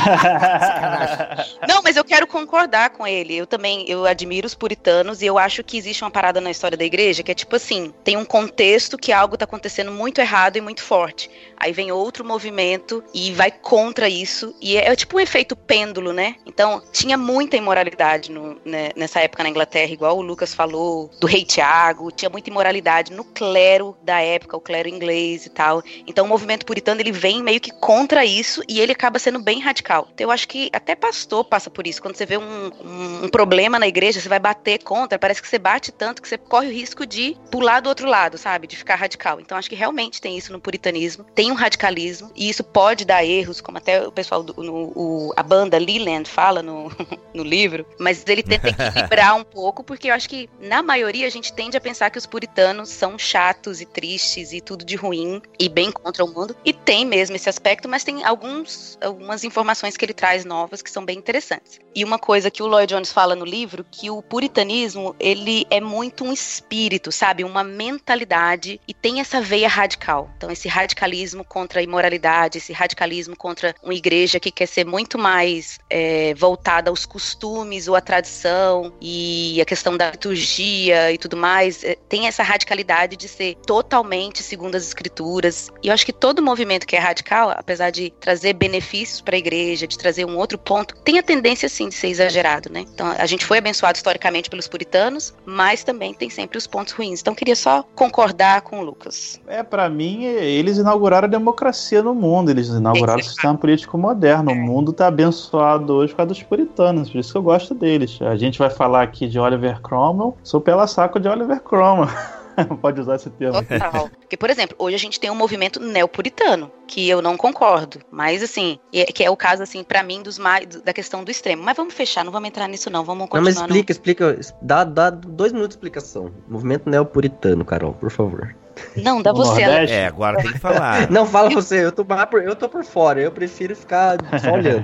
Não, mas eu quero concordar com ele. Eu também, eu admiro os puritanos e eu acho que existe uma parada na história da igreja que é tipo assim, tem um contexto que algo tá acontecendo muito errado e muito forte. Aí vem outro movimento e vai contra isso. E é, é tipo um efeito pêndulo, né? Então, tinha muita imoralidade no, né, nessa época na Inglaterra, igual o Lucas falou, do rei Tiago. Tinha muita imoralidade no clero da época, o clero inglês e tal. Então, o movimento puritano, ele vem meio que contra isso e ele acaba sendo bem radical. Então, eu acho que até pastor passa por isso. Quando você vê um, um, um problema na igreja, você vai bater contra, parece que você bate tanto que você corre o risco de pular do outro lado, sabe? De ficar radical. Então, acho que realmente tem isso no puritanismo. Tem um radicalismo, e isso pode dar erros, como até o pessoal, do, no, o, a banda Leland fala no, no livro, mas ele tenta equilibrar um pouco, porque eu acho que, na maioria, a gente tende a pensar que os puritanos são chatos e tristes e tudo de ruim, e bem contra o mundo, e tem mesmo esse aspecto, mas tem alguns, algumas informações que ele traz novas que são bem interessantes. E uma coisa que o Lloyd Jones fala no livro, que o puritanismo, ele é muito um espírito, sabe? Uma mentalidade, e tem essa veia radical. Então, esse radicalismo contra a imoralidade, esse radicalismo contra uma igreja que quer ser muito mais é, voltada aos costumes ou à tradição e a questão da liturgia e tudo mais, é, tem essa radicalidade de ser totalmente segundo as escrituras. E eu acho que todo movimento que é radical, apesar de trazer benefícios para a igreja, de trazer um outro ponto, tem a tendência sim de ser exagerado, né? Então a gente foi abençoado historicamente pelos puritanos, mas também tem sempre os pontos ruins. Então eu queria só concordar com o Lucas. É, para mim, eles inauguraram a democracia no mundo, eles inauguraram Esse o sistema político moderno. O mundo tá abençoado hoje por causa dos puritanos, por isso que eu gosto deles. A gente vai falar aqui de Oliver Cromwell, sou pela saco de Oliver Cromwell. Pode usar esse termo. Total. Porque, por exemplo, hoje a gente tem um movimento neopuritano, que eu não concordo, mas assim, é, que é o caso, assim, pra mim, dos mais, da questão do extremo. Mas vamos fechar, não vamos entrar nisso não, vamos continuar. Não, mas explica, no... explica, dá, dá dois minutos de explicação. Movimento neopuritano, Carol, por favor. Não, dá você. Nordeste? É, agora tem que falar. Não, fala você, eu tô, por, eu tô por fora, eu prefiro ficar só olhando.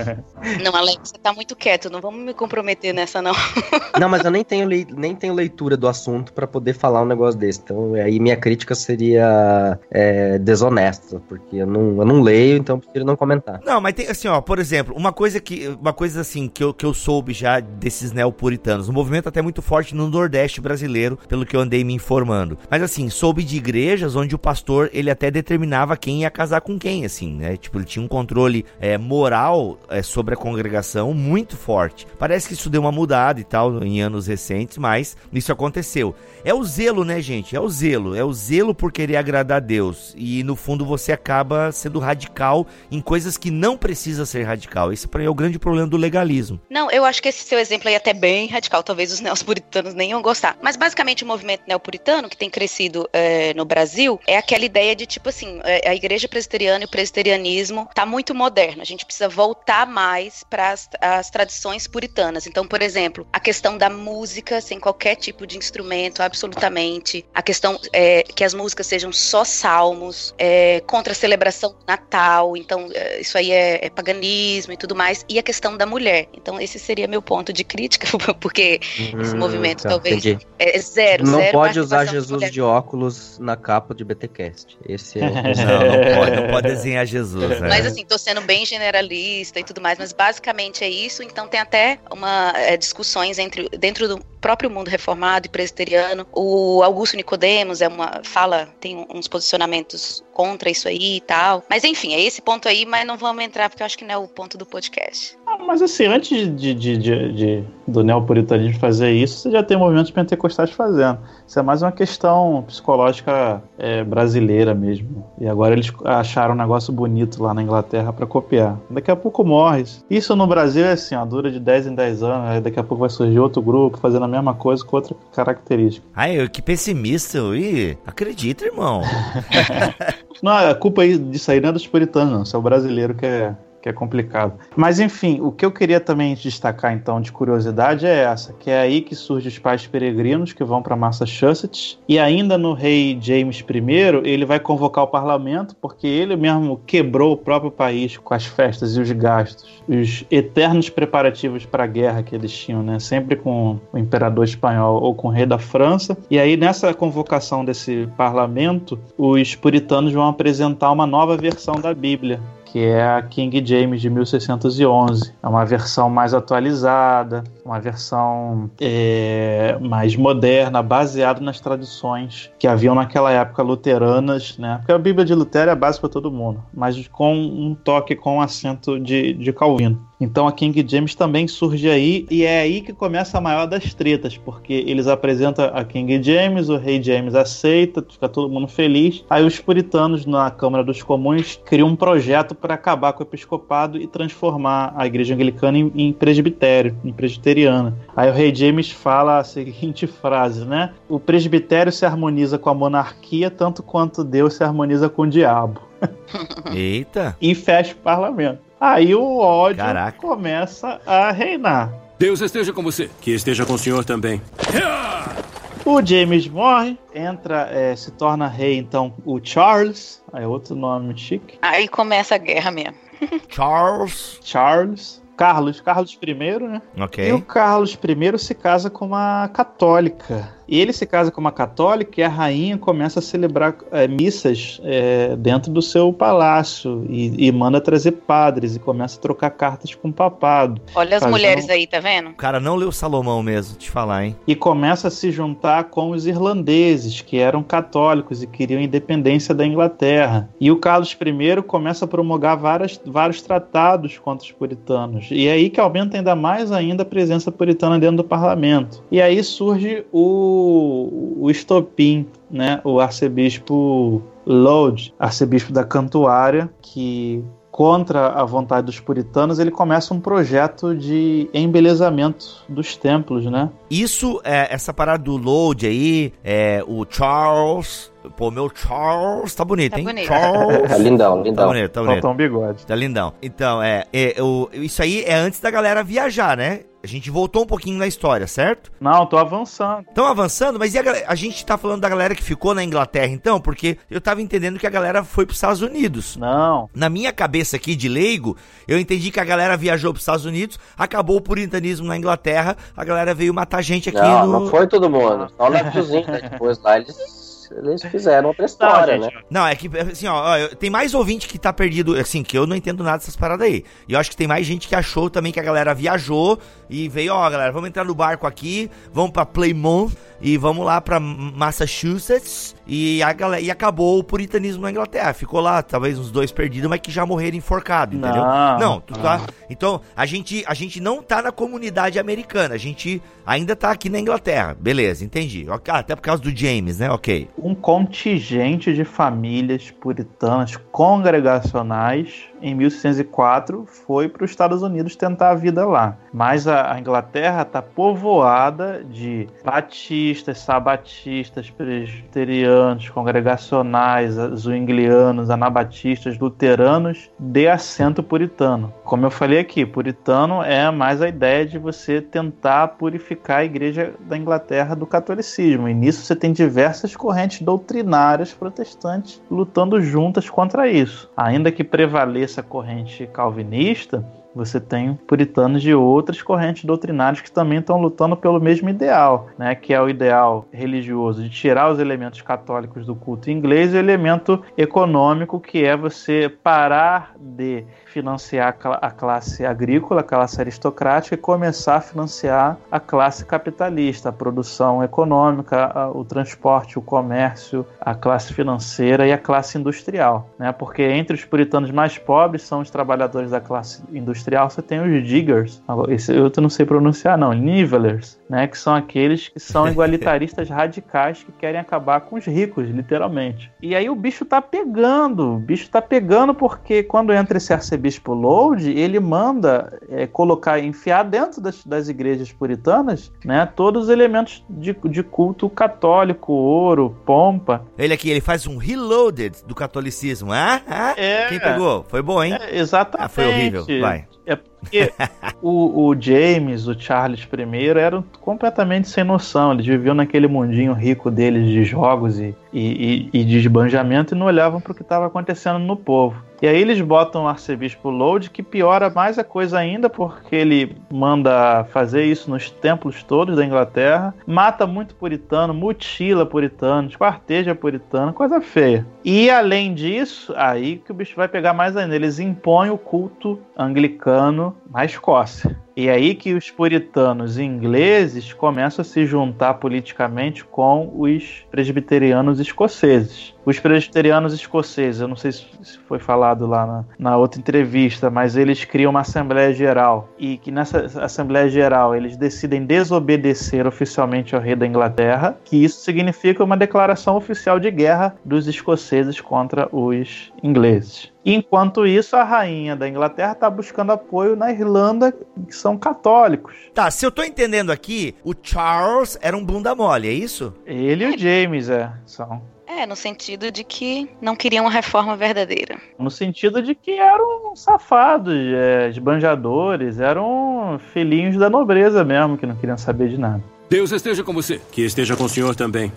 Não, Alex, você tá muito quieto, não vamos me comprometer nessa, não. Não, mas eu nem tenho, le, nem tenho leitura do assunto pra poder falar um negócio desse, então aí minha crítica seria é, desonesta, porque eu não, eu não leio, então eu prefiro não comentar. Não, mas tem assim, ó, por exemplo, uma coisa que, uma coisa assim, que eu, que eu soube já desses neopuritanos, um movimento até muito forte no Nordeste brasileiro, pelo que eu andei me informando, mas assim, soube de igrejas onde o pastor, ele até determinava quem ia casar com quem, assim, né? Tipo, ele tinha um controle é, moral é, sobre a congregação muito forte. Parece que isso deu uma mudada e tal em anos recentes, mas isso aconteceu. É o zelo, né, gente? É o zelo. É o zelo por querer agradar a Deus. E, no fundo, você acaba sendo radical em coisas que não precisa ser radical. Esse, pra mim, é o grande problema do legalismo. Não, eu acho que esse seu exemplo aí é até bem radical. Talvez os neopuritanos nem iam gostar. Mas, basicamente, o movimento neopuritano, que tem crescido é, no Brasil, é aquela ideia de, tipo assim, a igreja presbiteriana e o presbiterianismo tá muito moderno. A gente precisa voltar mais para as tradições puritanas. Então, por exemplo, a questão da música sem qualquer tipo de instrumento, absolutamente. A questão é que as músicas sejam só salmos, é, contra a celebração do Natal. Então, é, isso aí é, é paganismo e tudo mais. E a questão da mulher. Então, esse seria meu ponto de crítica, porque hum, esse movimento tá, talvez entendi. é zero, não zero pode usar Jesus de óculos Jesus na capa de B T Cast. Esse é o... Não, não pode, não pode desenhar Jesus. Né? Mas assim, tô sendo bem generalista e tudo mais, mas basicamente é isso. Então tem até uma é, discussões entre, dentro do próprio mundo reformado e presbiteriano. O Augusto Nicodemos é uma, fala, tem uns posicionamentos contra isso aí e tal. Mas enfim, é esse ponto aí, mas não vamos entrar porque eu acho que não é o ponto do podcast. Ah, mas assim, antes de, de, de, de, do neopuritanismo fazer isso, você já tem movimentos pentecostais fazendo. Isso é mais uma questão psicológica é, brasileira mesmo. E agora eles acharam um negócio bonito lá na Inglaterra pra copiar. Daqui a pouco morre. Isso no Brasil é assim, ó, dura de dez em dez anos, aí daqui a pouco vai surgir outro grupo fazendo a mesma coisa com outra característica. Ai, que pessimista, ui. Acredita, irmão. Não, a culpa aí disso aí não é dos puritanos, não. Isso é o brasileiro que é, que é complicado. Mas, enfim, o que eu queria também destacar, então, de curiosidade é essa, que é aí que surgem os pais peregrinos que vão para Massachusetts, e ainda no rei James I, ele vai convocar o parlamento, porque ele mesmo quebrou o próprio país com as festas e os gastos, os eternos preparativos para a guerra que eles tinham, né? Sempre com o imperador espanhol ou com o rei da França. E aí, nessa convocação desse parlamento, os puritanos vão apresentar uma nova versão da Bíblia, que é a King James de mil seiscentos e onze. É uma versão mais atualizada, uma versão é, mais moderna, baseada nas tradições que haviam naquela época luteranas, né? Porque a Bíblia de Lutero é a base para todo mundo, mas com um toque com acento de, de Calvino. Então a King James também surge aí, e é aí que começa a maior das tretas, porque eles apresentam a King James, o rei James aceita, fica todo mundo feliz. Aí os puritanos na Câmara dos Comuns criam um projeto para acabar com o episcopado e transformar a igreja anglicana em, em presbitério, em presbiteriana. Aí o rei James fala a seguinte frase, né? O presbitério se harmoniza com a monarquia tanto quanto Deus se harmoniza com o diabo. Eita! E fecha o parlamento. Aí o ódio Caraca. começa a reinar. Deus esteja com você. Que esteja com o senhor também. O James morre, entra, é, se torna rei, então, o Charles. Aí é outro nome chique. Aí começa a guerra mesmo. Charles. Charles. Carlos. Carlos I, né? Ok. E o Carlos I se casa com uma católica. E ele se casa com uma católica e a rainha começa a celebrar é, missas é, dentro do seu palácio e, e manda trazer padres e começa a trocar cartas com o papado. Olha as fazendo... mulheres aí, tá vendo? O cara não leu Salomão mesmo, te falar, hein? E começa a se juntar com os irlandeses, que eram católicos e queriam independência da Inglaterra. E o Carlos I começa a promulgar várias, vários tratados contra os puritanos. E é aí que aumenta ainda mais ainda a presença puritana dentro do parlamento. E aí surge o o estopim, né? O arcebispo Laud, arcebispo da Cantuária, que contra a vontade dos puritanos, ele começa um projeto de embelezamento dos templos, né? Isso, é, essa parada do Laud aí, é, o Charles... Pô, meu Charles tá bonito, tá hein? Bonito. Charles. É lindão, lindão. Tá bonito, tá bonito. Faltou um bigode. Tá lindão. Então, é, é, o, isso aí é antes da galera viajar, né? A gente voltou um pouquinho na história, certo? Não, tô avançando. Estão avançando, mas e a, a gente tá falando da galera que ficou na Inglaterra, então? Porque eu tava entendendo que a galera foi pros Estados Unidos. Não. Na minha cabeça aqui de leigo, eu entendi que a galera viajou pros Estados Unidos, acabou o puritanismo na Inglaterra, a galera veio matar gente aqui não, no... Não, foi todo mundo. Só o Netozinho, né? Depois lá eles... Eles fizeram outra história, não, né? Não, é que, assim, ó, ó, tem mais ouvinte que tá perdido, assim, que eu não entendo nada dessas paradas aí. E eu acho que tem mais gente que achou também que a galera viajou e veio, ó, galera, vamos entrar no barco aqui, vamos pra Plymouth e vamos lá pra Massachusetts e, a galera, e acabou o puritanismo na Inglaterra. Ficou lá, talvez uns dois perdidos, mas que já morreram enforcados, entendeu? Não, não, tu tá... não. Então, a gente, a gente não tá na comunidade americana, a gente ainda tá aqui na Inglaterra. Beleza, entendi. Até por causa do James, né? Ok. Um contingente de famílias puritanas congregacionais em mil seiscentos e quatro foi para os Estados Unidos tentar a vida lá. Mas a, a Inglaterra está povoada de batistas, sabatistas, presbiterianos, congregacionais, zwinglianos, anabatistas, luteranos de assento puritano. Como eu falei aqui, puritano é mais a ideia de você tentar purificar a igreja da Inglaterra do catolicismo. E nisso você tem diversas correntes doutrinárias protestantes lutando juntas contra isso. Ainda que prevaleça essa corrente calvinista, Você tem puritanos de outras correntes doutrinárias que também estão lutando pelo mesmo ideal, né, que é o ideal religioso de tirar os elementos católicos do culto inglês e o elemento econômico, que é você parar de financiar a classe agrícola, a classe aristocrática, e começar a financiar a classe capitalista, a produção econômica, o transporte, o comércio, a classe financeira e a classe industrial, né? Porque entre os puritanos mais pobres são os trabalhadores da classe industrial, você tem os diggers, esse eu não sei pronunciar não, nivelers, né? Que são aqueles que são igualitaristas radicais que querem acabar com os ricos, literalmente. E aí o bicho tá pegando, o bicho tá pegando porque quando entra esse arcebispo Laud, ele manda é, colocar, enfiar dentro das, das igrejas puritanas, né, todos os elementos de, de culto católico, ouro, pompa. Ele aqui, ele faz um reloaded do catolicismo, ah? ah? É. Quem pegou? Foi bom, hein? É, exatamente. Ah, foi horrível, vai. É porque o, o James, o Charles I eram completamente sem noção. Eles viviam naquele mundinho rico deles de jogos e, e, e, e de esbanjamento e não olhavam para o que estava acontecendo no povo. E aí eles botam o arcebispo Laud, que piora mais a coisa ainda, porque ele manda fazer isso nos templos todos da Inglaterra, mata muito puritano, mutila puritano, esquarteja puritano, coisa feia. E além disso, aí que o bicho vai pegar mais ainda, eles impõem o culto anglicano na Escócia. E aí que os puritanos ingleses começam a se juntar politicamente com os presbiterianos escoceses. Os presbiterianos escoceses, eu não sei se foi falado lá na, na outra entrevista, mas eles criam uma Assembleia Geral, e que nessa Assembleia Geral eles decidem desobedecer oficialmente ao rei da Inglaterra, que isso significa uma declaração oficial de guerra dos escoceses contra os ingleses. Enquanto isso, a rainha da Inglaterra está buscando apoio na Irlanda, que são católicos. Tá, se eu tô entendendo aqui, o Charles era um bunda mole, é isso? Ele e o James, é, são... É, no sentido de que não queriam uma reforma verdadeira. No sentido de que eram safados, é, esbanjadores, eram filhinhos da nobreza mesmo, que não queriam saber de nada. Deus esteja com você. Que esteja com o senhor também.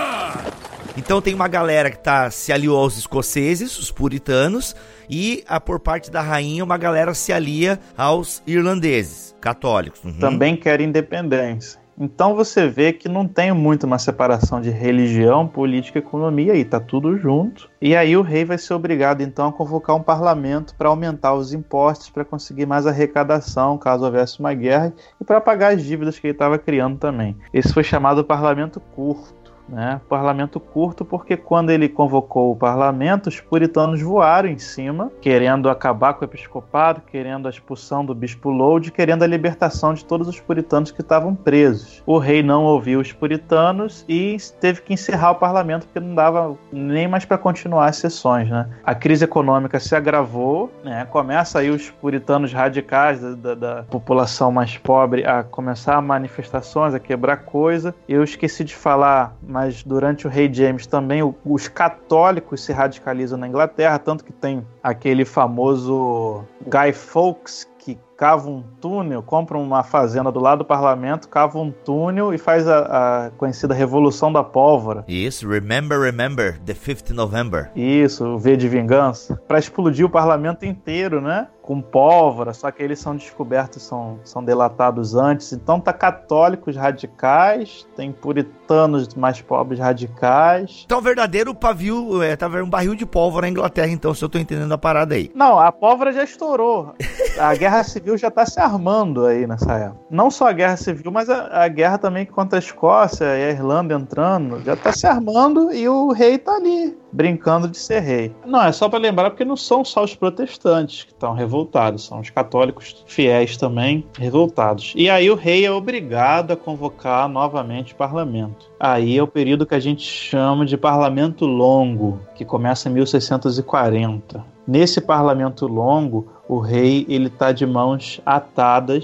Então tem uma galera que tá, se aliou aos escoceses, os puritanos, e a, por parte da rainha uma galera se alia aos irlandeses, católicos. Uhum. Também querem independência. Então você vê que não tem muito uma separação de religião, política e economia aí, tá tudo junto. E aí o rei vai ser obrigado então a convocar um parlamento para aumentar os impostos, para conseguir mais arrecadação caso houvesse uma guerra e para pagar as dívidas que ele estava criando também. Esse foi chamado Parlamento Curto. Né? Parlamento curto porque quando ele convocou o parlamento, os puritanos voaram em cima, querendo acabar com o episcopado, querendo a expulsão do bispo Laud, querendo a libertação de todos os puritanos que estavam presos. O rei não ouviu os puritanos e teve que encerrar o parlamento porque não dava nem mais para continuar as sessões. Né? A crise econômica se agravou, né? Começa aí os puritanos radicais da, da, da população mais pobre a começar manifestações, a quebrar coisa. Eu esqueci de falar, mas durante o rei James também os católicos se radicalizam na Inglaterra, tanto que tem aquele famoso Guy Fawkes que cava um túnel, compra uma fazenda do lado do parlamento, cava um túnel e faz a, a conhecida Revolução da Pólvora. Isso, Remember, Remember, the fifth of November. Isso, o V de Vingança. Para explodir o parlamento inteiro, né? Com pólvora, só que eles são descobertos, são, são delatados antes. Então tá católicos radicais, tem puritanos mais pobres radicais. Então verdadeiro pavio, é, tá um barril de pólvora na Inglaterra, então, se eu tô entendendo a parada aí. Não, a pólvora já estourou. A guerra civil já tá se armando aí nessa época. Não só a guerra civil, mas a, a guerra também contra a Escócia e a Irlanda entrando, já tá se armando e o rei tá ali, brincando de ser rei. Não, é só para lembrar porque não são só os protestantes que estão revoltados, são os católicos fiéis também revoltados. E aí o rei é obrigado a convocar novamente o parlamento. Aí é o período que a gente chama de Parlamento Longo, que começa em mil seiscentos e quarenta. Nesse Parlamento Longo, o rei ele está de mãos atadas,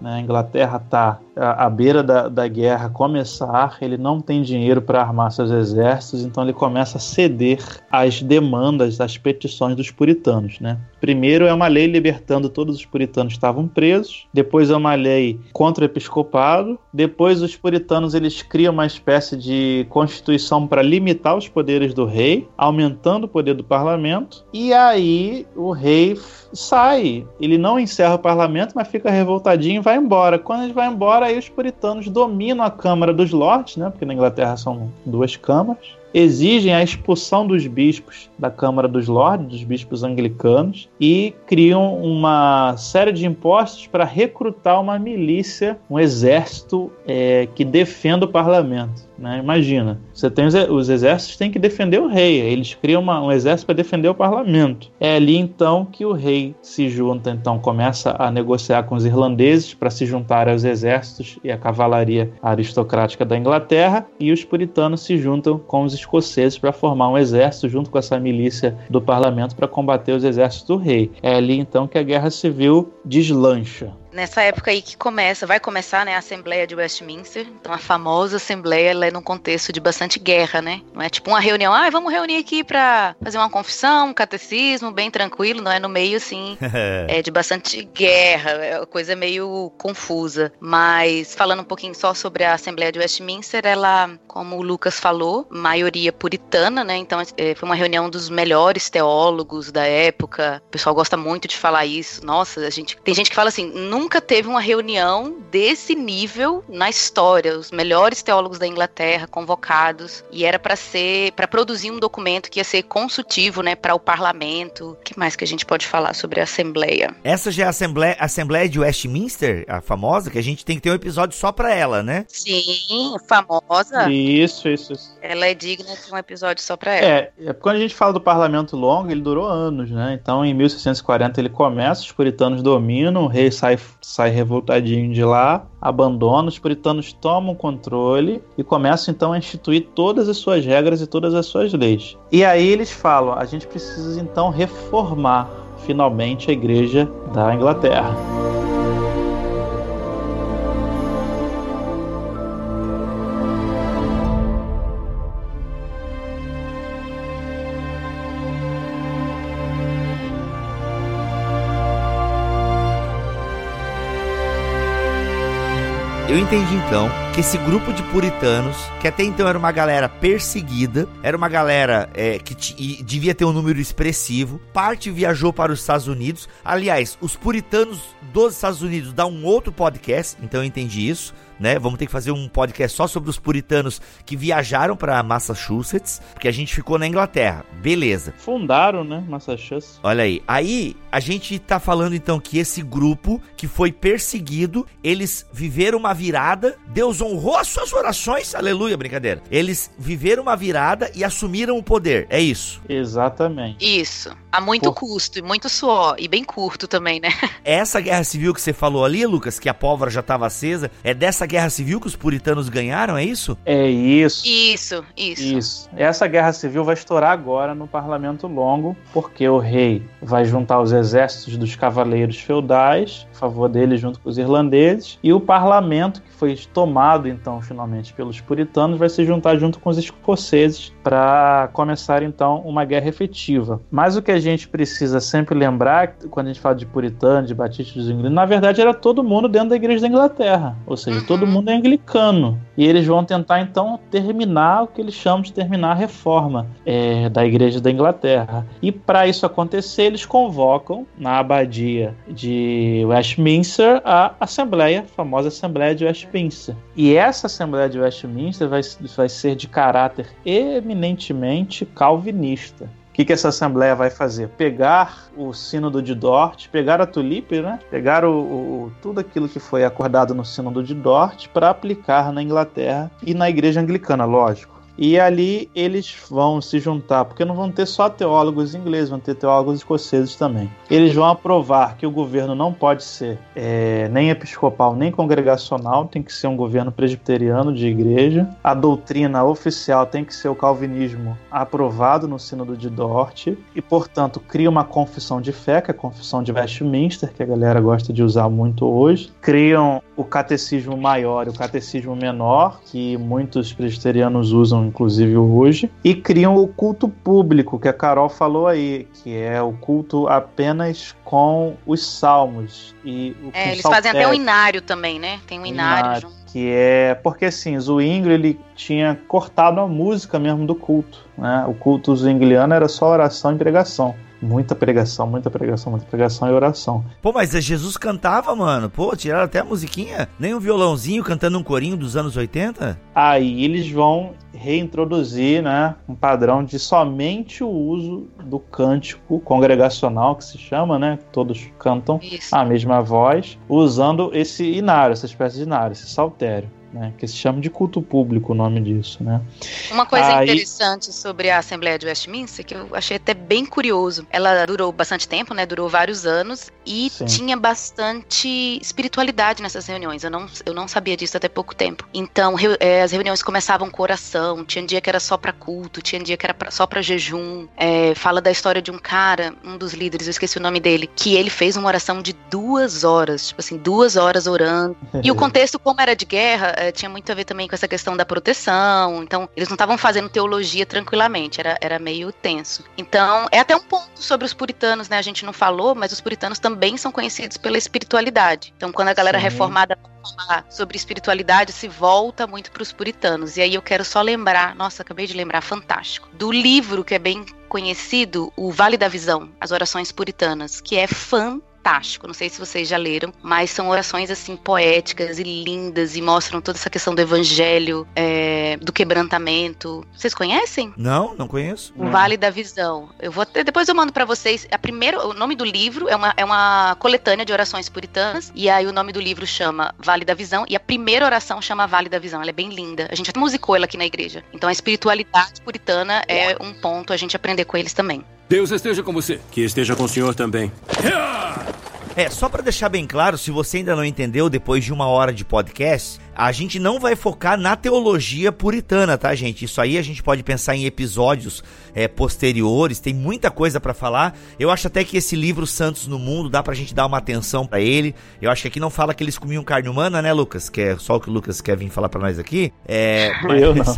né? A Inglaterra está à, à beira da, da guerra começar, ele não tem dinheiro para armar seus exércitos, então ele começa a ceder às demandas, às petições dos puritanos, né? Primeiro é uma lei libertando todos os puritanos que estavam presos, depois é uma lei contra o episcopado, depois os puritanos eles criam uma espécie de constituição para limitar os poderes do rei, aumentando o poder do parlamento, e aí o rei sai, ele não encerra o parlamento, mas fica revoltadinho e vai embora. Quando ele vai embora, aí os puritanos dominam a Câmara dos Lordes, né? Porque na Inglaterra são duas câmaras, exigem a expulsão dos bispos da Câmara dos Lordes, dos bispos anglicanos, e criam uma série de impostos para recrutar uma milícia, um exército é, que defenda o parlamento. Né? Imagina, você tem os, os exércitos têm que defender o rei, eles criam uma, um exército para defender o parlamento. É ali então que o rei se junta, então começa a negociar com os irlandeses para se juntar aos exércitos e à cavalaria aristocrática da Inglaterra, e os puritanos se juntam com os escoceses para formar um exército junto com essa milícia do parlamento para combater os exércitos do rei. É ali então que a Guerra Civil deslancha. Nessa época aí que começa, vai começar, né, a Assembleia de Westminster. Então a famosa Assembleia, ela é num contexto de bastante guerra, né? Não é tipo uma reunião, ah, vamos reunir aqui pra fazer uma confissão, um catecismo, bem tranquilo, não é? No meio, assim, é de bastante guerra, é uma coisa meio confusa. Mas falando um pouquinho só sobre a Assembleia de Westminster, ela, como o Lucas falou, maioria puritana, né? Então é, foi uma reunião dos melhores teólogos da época. O pessoal gosta muito de falar isso. Nossa, a gente, tem gente que fala assim, nunca Nunca teve uma reunião desse nível na história, os melhores teólogos da Inglaterra convocados, e era para ser, para produzir um documento que ia ser consultivo, né, para o parlamento. O que mais que a gente pode falar sobre a Assembleia? Essa já é a Assembleia, Assembleia de Westminster, a famosa, que a gente tem que ter um episódio só para ela, né? Sim, famosa. Isso, isso, isso. Ela é digna de um episódio só para ela. É, é, quando a gente fala do parlamento longo, ele durou anos, né? Então, em mil seiscentos e quarenta ele começa, os puritanos dominam, o rei sai sai revoltadinho de lá, abandona, os puritanos tomam controle e começam então a instituir todas as suas regras e todas as suas leis. E aí eles falam, a gente precisa então reformar finalmente a igreja da Inglaterra. Eu entendi então que esse grupo de puritanos, que até então era uma galera perseguida, era uma galera é, que t- e devia ter um número expressivo, parte viajou para os Estados Unidos. Aliás, os puritanos dos Estados Unidos dá um outro podcast, então eu entendi isso, né? Vamos ter que fazer um podcast só sobre os puritanos que viajaram para Massachusetts, porque a gente ficou na Inglaterra, beleza. Fundaram, né, Massachusetts. Olha aí, aí a gente tá falando então que esse grupo que foi perseguido, eles viveram uma virada, Deus honrou as suas orações, aleluia, brincadeira. Eles viveram uma virada e assumiram o poder, é isso? Exatamente. Isso, a muito Por... custo e muito suor, e bem curto também, né? Essa guerra civil que você falou ali, Lucas, que a pólvora já estava acesa, é dessa guerra civil que os puritanos ganharam, é isso? É isso. Isso, isso. Isso. Essa guerra civil vai estourar agora no Parlamento Longo, porque o rei vai juntar os exércitos dos cavaleiros feudais, a favor deles junto com os irlandeses, e o parlamento, que foi tomado então finalmente pelos puritanos, vai se juntar junto com os escoceses para começar então uma guerra efetiva. Mas o que a gente precisa sempre lembrar, quando a gente fala de puritano, de batista dos ingleses, na verdade era todo mundo dentro da igreja da Inglaterra, ou seja, uhum. todo mundo é anglicano, e eles vão tentar então terminar o que eles chamam de terminar a reforma é, da igreja da Inglaterra. E para isso acontecer, eles convocam na abadia de Westminster a Assembleia, a famosa Assembleia de Westminster. E essa Assembleia de Westminster vai, vai ser de caráter eminentemente calvinista. O que, que essa Assembleia vai fazer? Pegar o Sínodo de Dort, pegar a Tulipe, né? Pegar o, o, tudo aquilo que foi acordado no Sínodo de Dort para aplicar na Inglaterra e na Igreja Anglicana, lógico. E ali eles vão se juntar, porque não vão ter só teólogos ingleses, vão ter teólogos escoceses também. Eles vão aprovar que o governo não pode ser é, nem episcopal, nem congregacional, tem que ser um governo presbiteriano de igreja. A doutrina oficial tem que ser o calvinismo aprovado no Sínodo de Dort e, portanto, cria uma confissão de fé, que é a confissão de Westminster, que a galera gosta de usar muito hoje. Criam o catecismo maior e o catecismo menor, que muitos presbiterianos usam, inclusive, hoje. E criam o culto público, que a Carol falou aí, que é o culto apenas com os salmos. E o é, eles fazem até um inário também, né? Tem um inário, inário junto. Que é... Porque, assim, Zwingli, ele tinha cortado a música mesmo do culto, né? O culto zwingliano era só oração e pregação. Muita pregação, muita pregação, muita pregação e oração. Pô, mas Jesus cantava, mano. Pô, tiraram até a musiquinha. Nem um violãozinho cantando um corinho dos anos oitenta? Aí eles vão reintroduzir, né, um padrão de somente o uso do cântico congregacional, que se chama, né? Todos cantam Isso. a mesma voz, usando esse inário, essa espécie de inário, esse saltério. Né, que se chama de culto público o nome disso, né? Uma coisa Aí... interessante sobre a Assembleia de Westminster, que eu achei até bem curioso, ela durou bastante tempo, né? Durou vários anos e Sim. tinha bastante espiritualidade nessas reuniões. Eu não, eu não sabia disso até pouco tempo. Então, re, é, as reuniões começavam com oração, tinha dia que era só para culto, tinha dia que era pra, só para jejum. É, fala da história de um cara, um dos líderes, eu esqueci o nome dele, que ele fez uma oração de duas horas, tipo assim, duas horas orando. E o contexto, como era de guerra, tinha muito a ver também com essa questão da proteção, então eles não estavam fazendo teologia tranquilamente, era, era meio tenso. Então, é até um ponto sobre os puritanos, né, a gente não falou, mas os puritanos também são conhecidos pela espiritualidade. Então, quando a galera Sim. reformada falar sobre espiritualidade, se volta muito para os puritanos. E aí eu quero só lembrar, nossa, acabei de lembrar, fantástico, do livro que é bem conhecido, O Vale da Visão, As Orações Puritanas, que é fantástico. Fantástico, não sei se vocês já leram, mas são orações assim poéticas e lindas e mostram toda essa questão do evangelho, é, do quebrantamento. Vocês conhecem? Não, não conheço. O Vale da Visão. Eu vou ter, depois eu mando pra vocês. A primeira, o nome do livro é uma, é uma coletânea de orações puritanas e aí o nome do livro chama Vale da Visão e a primeira oração chama Vale da Visão. Ela é bem linda. A gente até musicou ela aqui na igreja. Então a espiritualidade puritana é um ponto a gente aprender com eles também. Deus esteja com você. Que esteja com o senhor também. É, só pra deixar bem claro, se você ainda não entendeu, depois de uma hora de podcast, a gente não vai focar na teologia puritana, tá, gente? Isso aí a gente pode pensar em episódios é, posteriores, tem muita coisa pra falar. Eu acho até que esse livro Santos no Mundo, dá pra gente dar uma atenção pra ele. Eu acho que aqui não fala que eles comiam carne humana, né, Lucas? Que é só o que o Lucas quer vir falar pra nós aqui. É... Eu não.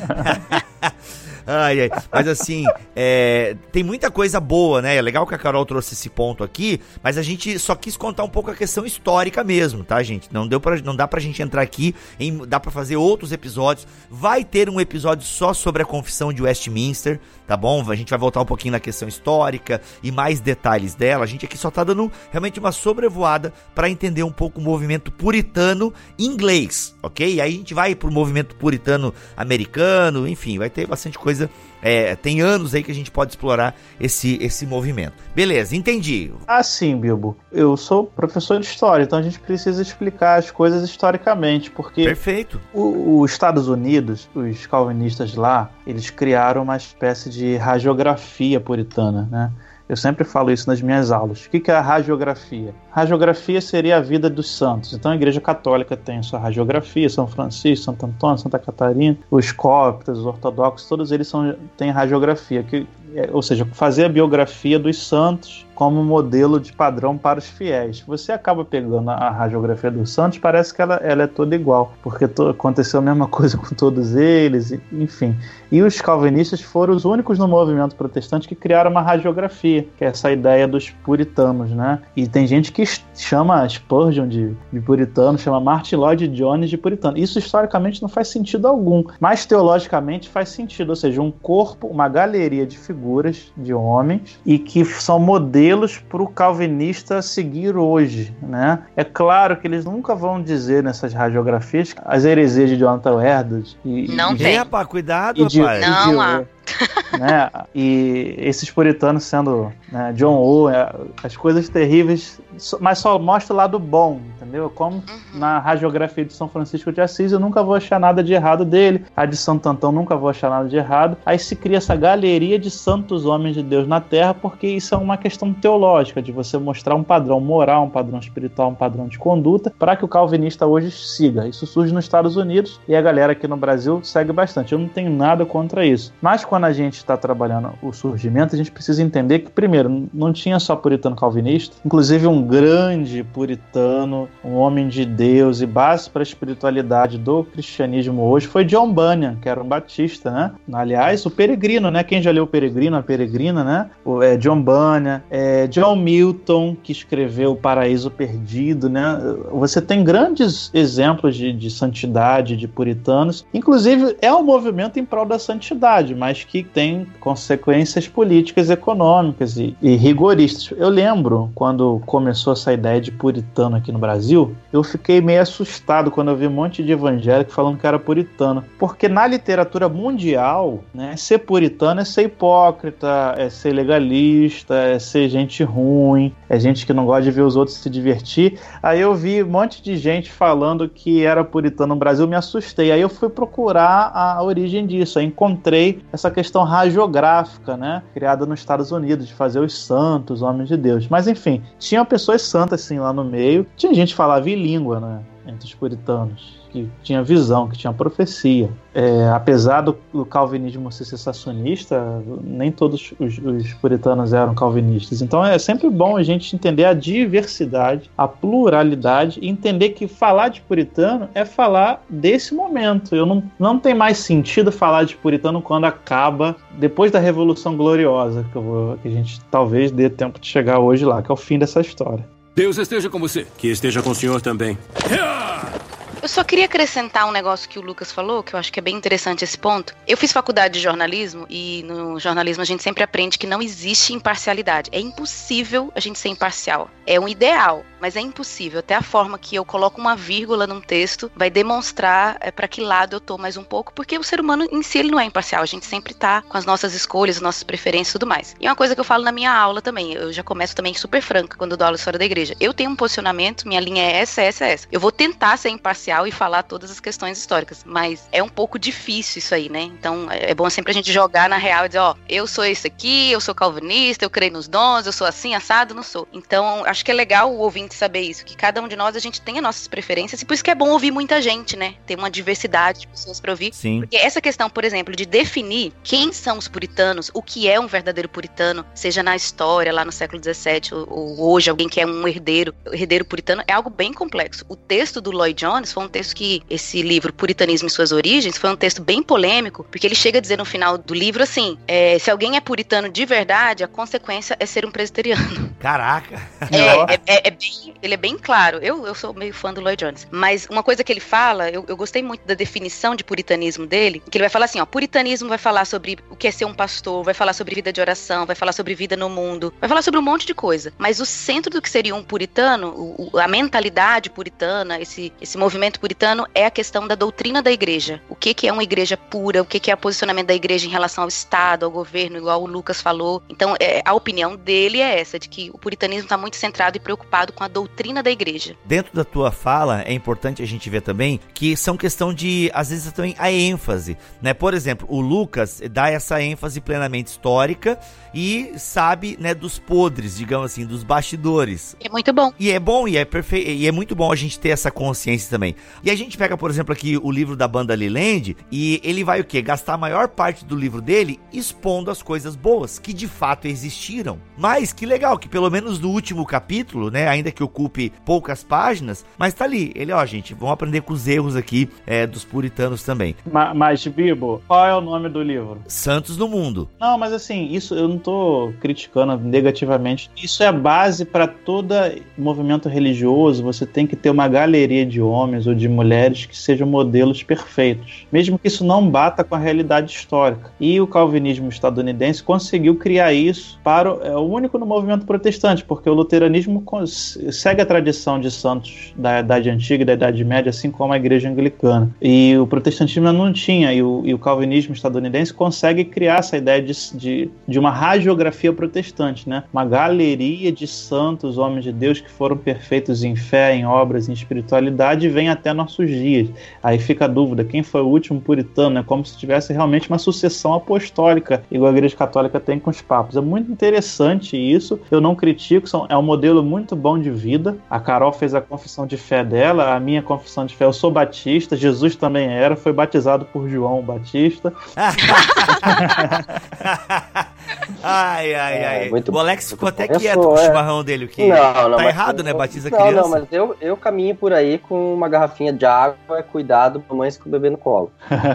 Ai, ai. Mas assim, é, tem muita coisa boa, né? É legal que a Carol trouxe esse ponto aqui, mas a gente só quis contar um pouco a questão histórica mesmo, tá, gente? Não, deu pra, não dá pra gente entrar aqui, em, dá pra fazer outros episódios. Vai ter um episódio só sobre a Confissão de Westminster, tá bom? A gente vai voltar um pouquinho na questão histórica e mais detalhes dela. A gente aqui só tá dando realmente uma sobrevoada pra entender um pouco o movimento puritano inglês, ok? E aí a gente vai pro movimento puritano americano, enfim, vai ter bastante coisa. É, tem anos aí que a gente pode explorar esse, esse movimento. Beleza, entendi. Ah, sim, Bilbo. Eu sou professor de história, então a gente precisa explicar as coisas historicamente, porque Perfeito. Os Estados Unidos, os calvinistas lá, eles criaram uma espécie de hagiografia puritana, né? Eu sempre falo isso nas minhas aulas. O que é a hagiografia? Hagiografia seria a vida dos santos. Então a Igreja Católica tem sua hagiografia, São Francisco, Santo Antônio, Santa Catarina, os coptas, os ortodoxos, todos eles são, têm hagiografia, que, ou seja, fazer a biografia dos santos como modelo de padrão para os fiéis. Você acaba pegando a hagiografia dos santos, parece que ela, ela é toda igual, porque to, aconteceu a mesma coisa com todos eles, enfim. E os calvinistas foram os únicos no movimento protestante que criaram uma hagiografia, que é essa ideia dos puritanos, né? E tem gente que chama Spurgeon de, de puritano, chama Martin Lloyd Jones de puritano. Isso historicamente não faz sentido algum, mas teologicamente faz sentido, ou seja, um corpo, uma galeria de figuras de homens e que são modelos para o calvinista seguir hoje, né? É claro que eles nunca vão dizer nessas radiografias as heresias de Jonathan Edwards e não e, tem. E, rapaz, cuidado, de, rapaz. Não, e de, ah. né? E esses puritanos sendo, né, John Owen, as coisas terríveis, mas só mostra o lado bom entendeu? Como na radiografia de São Francisco de Assis, eu nunca vou achar nada de errado dele, a de Santo Antão nunca vou achar nada de errado. Aí se cria essa galeria de santos homens de Deus na Terra, porque isso é uma questão teológica, de você mostrar um padrão moral, um padrão espiritual, um padrão de conduta, para que o calvinista hoje siga. Isso surge nos Estados Unidos e a galera aqui no Brasil segue bastante. Eu não tenho nada contra isso. Mas quando a gente está trabalhando o surgimento, a gente precisa entender que, primeiro, não tinha só puritano calvinista, inclusive um grande puritano, um homem de Deus e base para a espiritualidade do cristianismo hoje foi John Bunyan, que era um batista, né? Aliás, o Peregrino, né? Quem já leu o Peregrino, a Peregrina, né? O, é, John Bunyan, é, John Milton, que escreveu O Paraíso Perdido, né? Você tem grandes exemplos de, de santidade, de puritanos. Inclusive, é um movimento em prol da santidade, mas que tem consequências políticas, econômicas e, e rigoristas. Eu lembro, quando começou essa ideia de puritano aqui no Brasil, eu fiquei meio assustado quando eu vi um monte de evangélico falando que era puritano. Porque na literatura mundial, né, ser puritano é ser hipócrita, é ser legalista, é ser gente ruim, é gente que não gosta de ver os outros se divertir. Aí eu vi um monte de gente falando que era puritano no Brasil, me assustei. Aí eu fui procurar a origem disso. Aí encontrei essa questão radiográfica, né, criada nos Estados Unidos, de fazer os santos, homens de Deus. Mas enfim, tinham pessoas santas assim lá no meio. Tinha gente que falava em língua, né, entre os puritanos, que tinha visão, que tinha profecia. É, apesar do, do calvinismo ser cessacionista, nem todos os, os puritanos eram calvinistas. Então é sempre bom a gente entender a diversidade, a pluralidade, e entender que falar de puritano é falar desse momento. Eu não, não tem mais sentido falar de puritano quando acaba, depois da Revolução Gloriosa, que, eu vou, que a gente talvez dê tempo de chegar hoje lá, que é o fim dessa história. Deus esteja com você. Que esteja com o senhor também. Eu só queria acrescentar um negócio que o Lucas falou, que eu acho que é bem interessante esse ponto. Eu fiz faculdade de jornalismo e no jornalismo a gente sempre aprende que não existe imparcialidade. É impossível a gente ser imparcial. É um ideal, mas é impossível. Até a forma que eu coloco uma vírgula num texto vai demonstrar é, para que lado eu tô mais um pouco, porque o ser humano em si ele não é imparcial. A gente sempre tá com as nossas escolhas, nossas preferências e tudo mais. E uma coisa que eu falo na minha aula também, eu já começo também super franca quando eu dou aula de história da igreja. Eu tenho um posicionamento, minha linha é essa, essa, essa. Eu vou tentar ser imparcial e falar todas as questões históricas, mas é um pouco difícil isso aí, né? Então é bom sempre a gente jogar na real e dizer, ó, eu sou esse aqui, eu sou calvinista, eu creio nos dons, eu sou assim, assado, não sou. Então acho que é legal o ouvinte saber isso, que cada um de nós a gente tem as nossas preferências, e por isso que é bom ouvir muita gente, né? Ter uma diversidade de pessoas pra ouvir. Sim. Porque essa questão, por exemplo, de definir quem são os puritanos, o que é um verdadeiro puritano, seja na história, lá no século dezessete, ou, ou hoje alguém que é um herdeiro, herdeiro puritano, é algo bem complexo. O texto do Lloyd Jones foi um texto que, esse livro, Puritanismo e Suas Origens, foi um texto bem polêmico, porque ele chega a dizer no final do livro assim, é, se alguém é puritano de verdade, a consequência é ser um presbiteriano. Caraca! É, é, é, é bem, ele é bem claro. Eu, eu sou meio fã do Lloyd Jones. Mas uma coisa que ele fala, eu, eu gostei muito da definição de puritanismo dele, que ele vai falar assim, ó, puritanismo vai falar sobre o que é ser um pastor, vai falar sobre vida de oração, vai falar sobre vida no mundo, vai falar sobre um monte de coisa. Mas o centro do que seria um puritano, o, a mentalidade puritana, esse, esse movimento puritano é a questão da doutrina da igreja. O que, que é uma igreja pura, o que, que é o posicionamento da igreja em relação ao Estado, ao governo, igual o Lucas falou. Então, é, a opinião dele é essa, de que o puritanismo está muito centrado e preocupado com a doutrina da igreja. Dentro da tua fala, é importante a gente ver também que são questão de, às vezes, também a ênfase, né? Por exemplo, o Lucas dá essa ênfase plenamente histórica e sabe, né, dos podres, digamos assim, dos bastidores. É muito bom. E é bom, e é perfeito, e é muito bom a gente ter essa consciência também. E a gente pega, por exemplo, aqui o livro da banda Leland, e ele vai o quê? Gastar a maior parte do livro dele expondo as coisas boas, que de fato existiram. Mas que legal, que pelo menos no último capítulo, né, ainda que ocupe poucas páginas, mas tá ali. Ele, ó, gente, vamos aprender com os erros aqui é, dos puritanos também. Mas, mas, Bibo, qual é o nome do livro? Santos no Mundo. Não, mas assim, isso eu não tô criticando negativamente. Isso é a base para todo movimento religioso. Você tem que ter uma galeria de homens, ou de mulheres que sejam modelos perfeitos, mesmo que isso não bata com a realidade histórica. E o calvinismo estadunidense conseguiu criar isso para o, é o único no movimento protestante, porque o luteranismo segue a tradição de santos da Idade Antiga e da Idade Média, assim como a Igreja Anglicana. E o protestantismo não tinha, e o, e o calvinismo estadunidense consegue criar essa ideia de, de, de uma hagiografia protestante, né? Uma galeria de santos, homens de Deus que foram perfeitos em fé, em obras, em espiritualidade, e vem até nossos dias. Aí fica a dúvida, quem foi o último puritano? É como se tivesse realmente uma sucessão apostólica, igual a Igreja Católica tem com os papas. É muito interessante isso, eu não critico, são, é um modelo muito bom de vida. A Carol fez a confissão de fé dela, a minha confissão de fé, eu sou batista, Jesus também era, foi batizado por João Batista. Ai, ai, ai. É, muito, o Alex ficou até eu quieto sou, com o é... chimarrão dele, o que não, não, tá mas, errado, né? Batiza não, criança. Não, mas eu, eu caminho por aí com uma garrafinha de água, cuidado, mamães com o bebê no colo.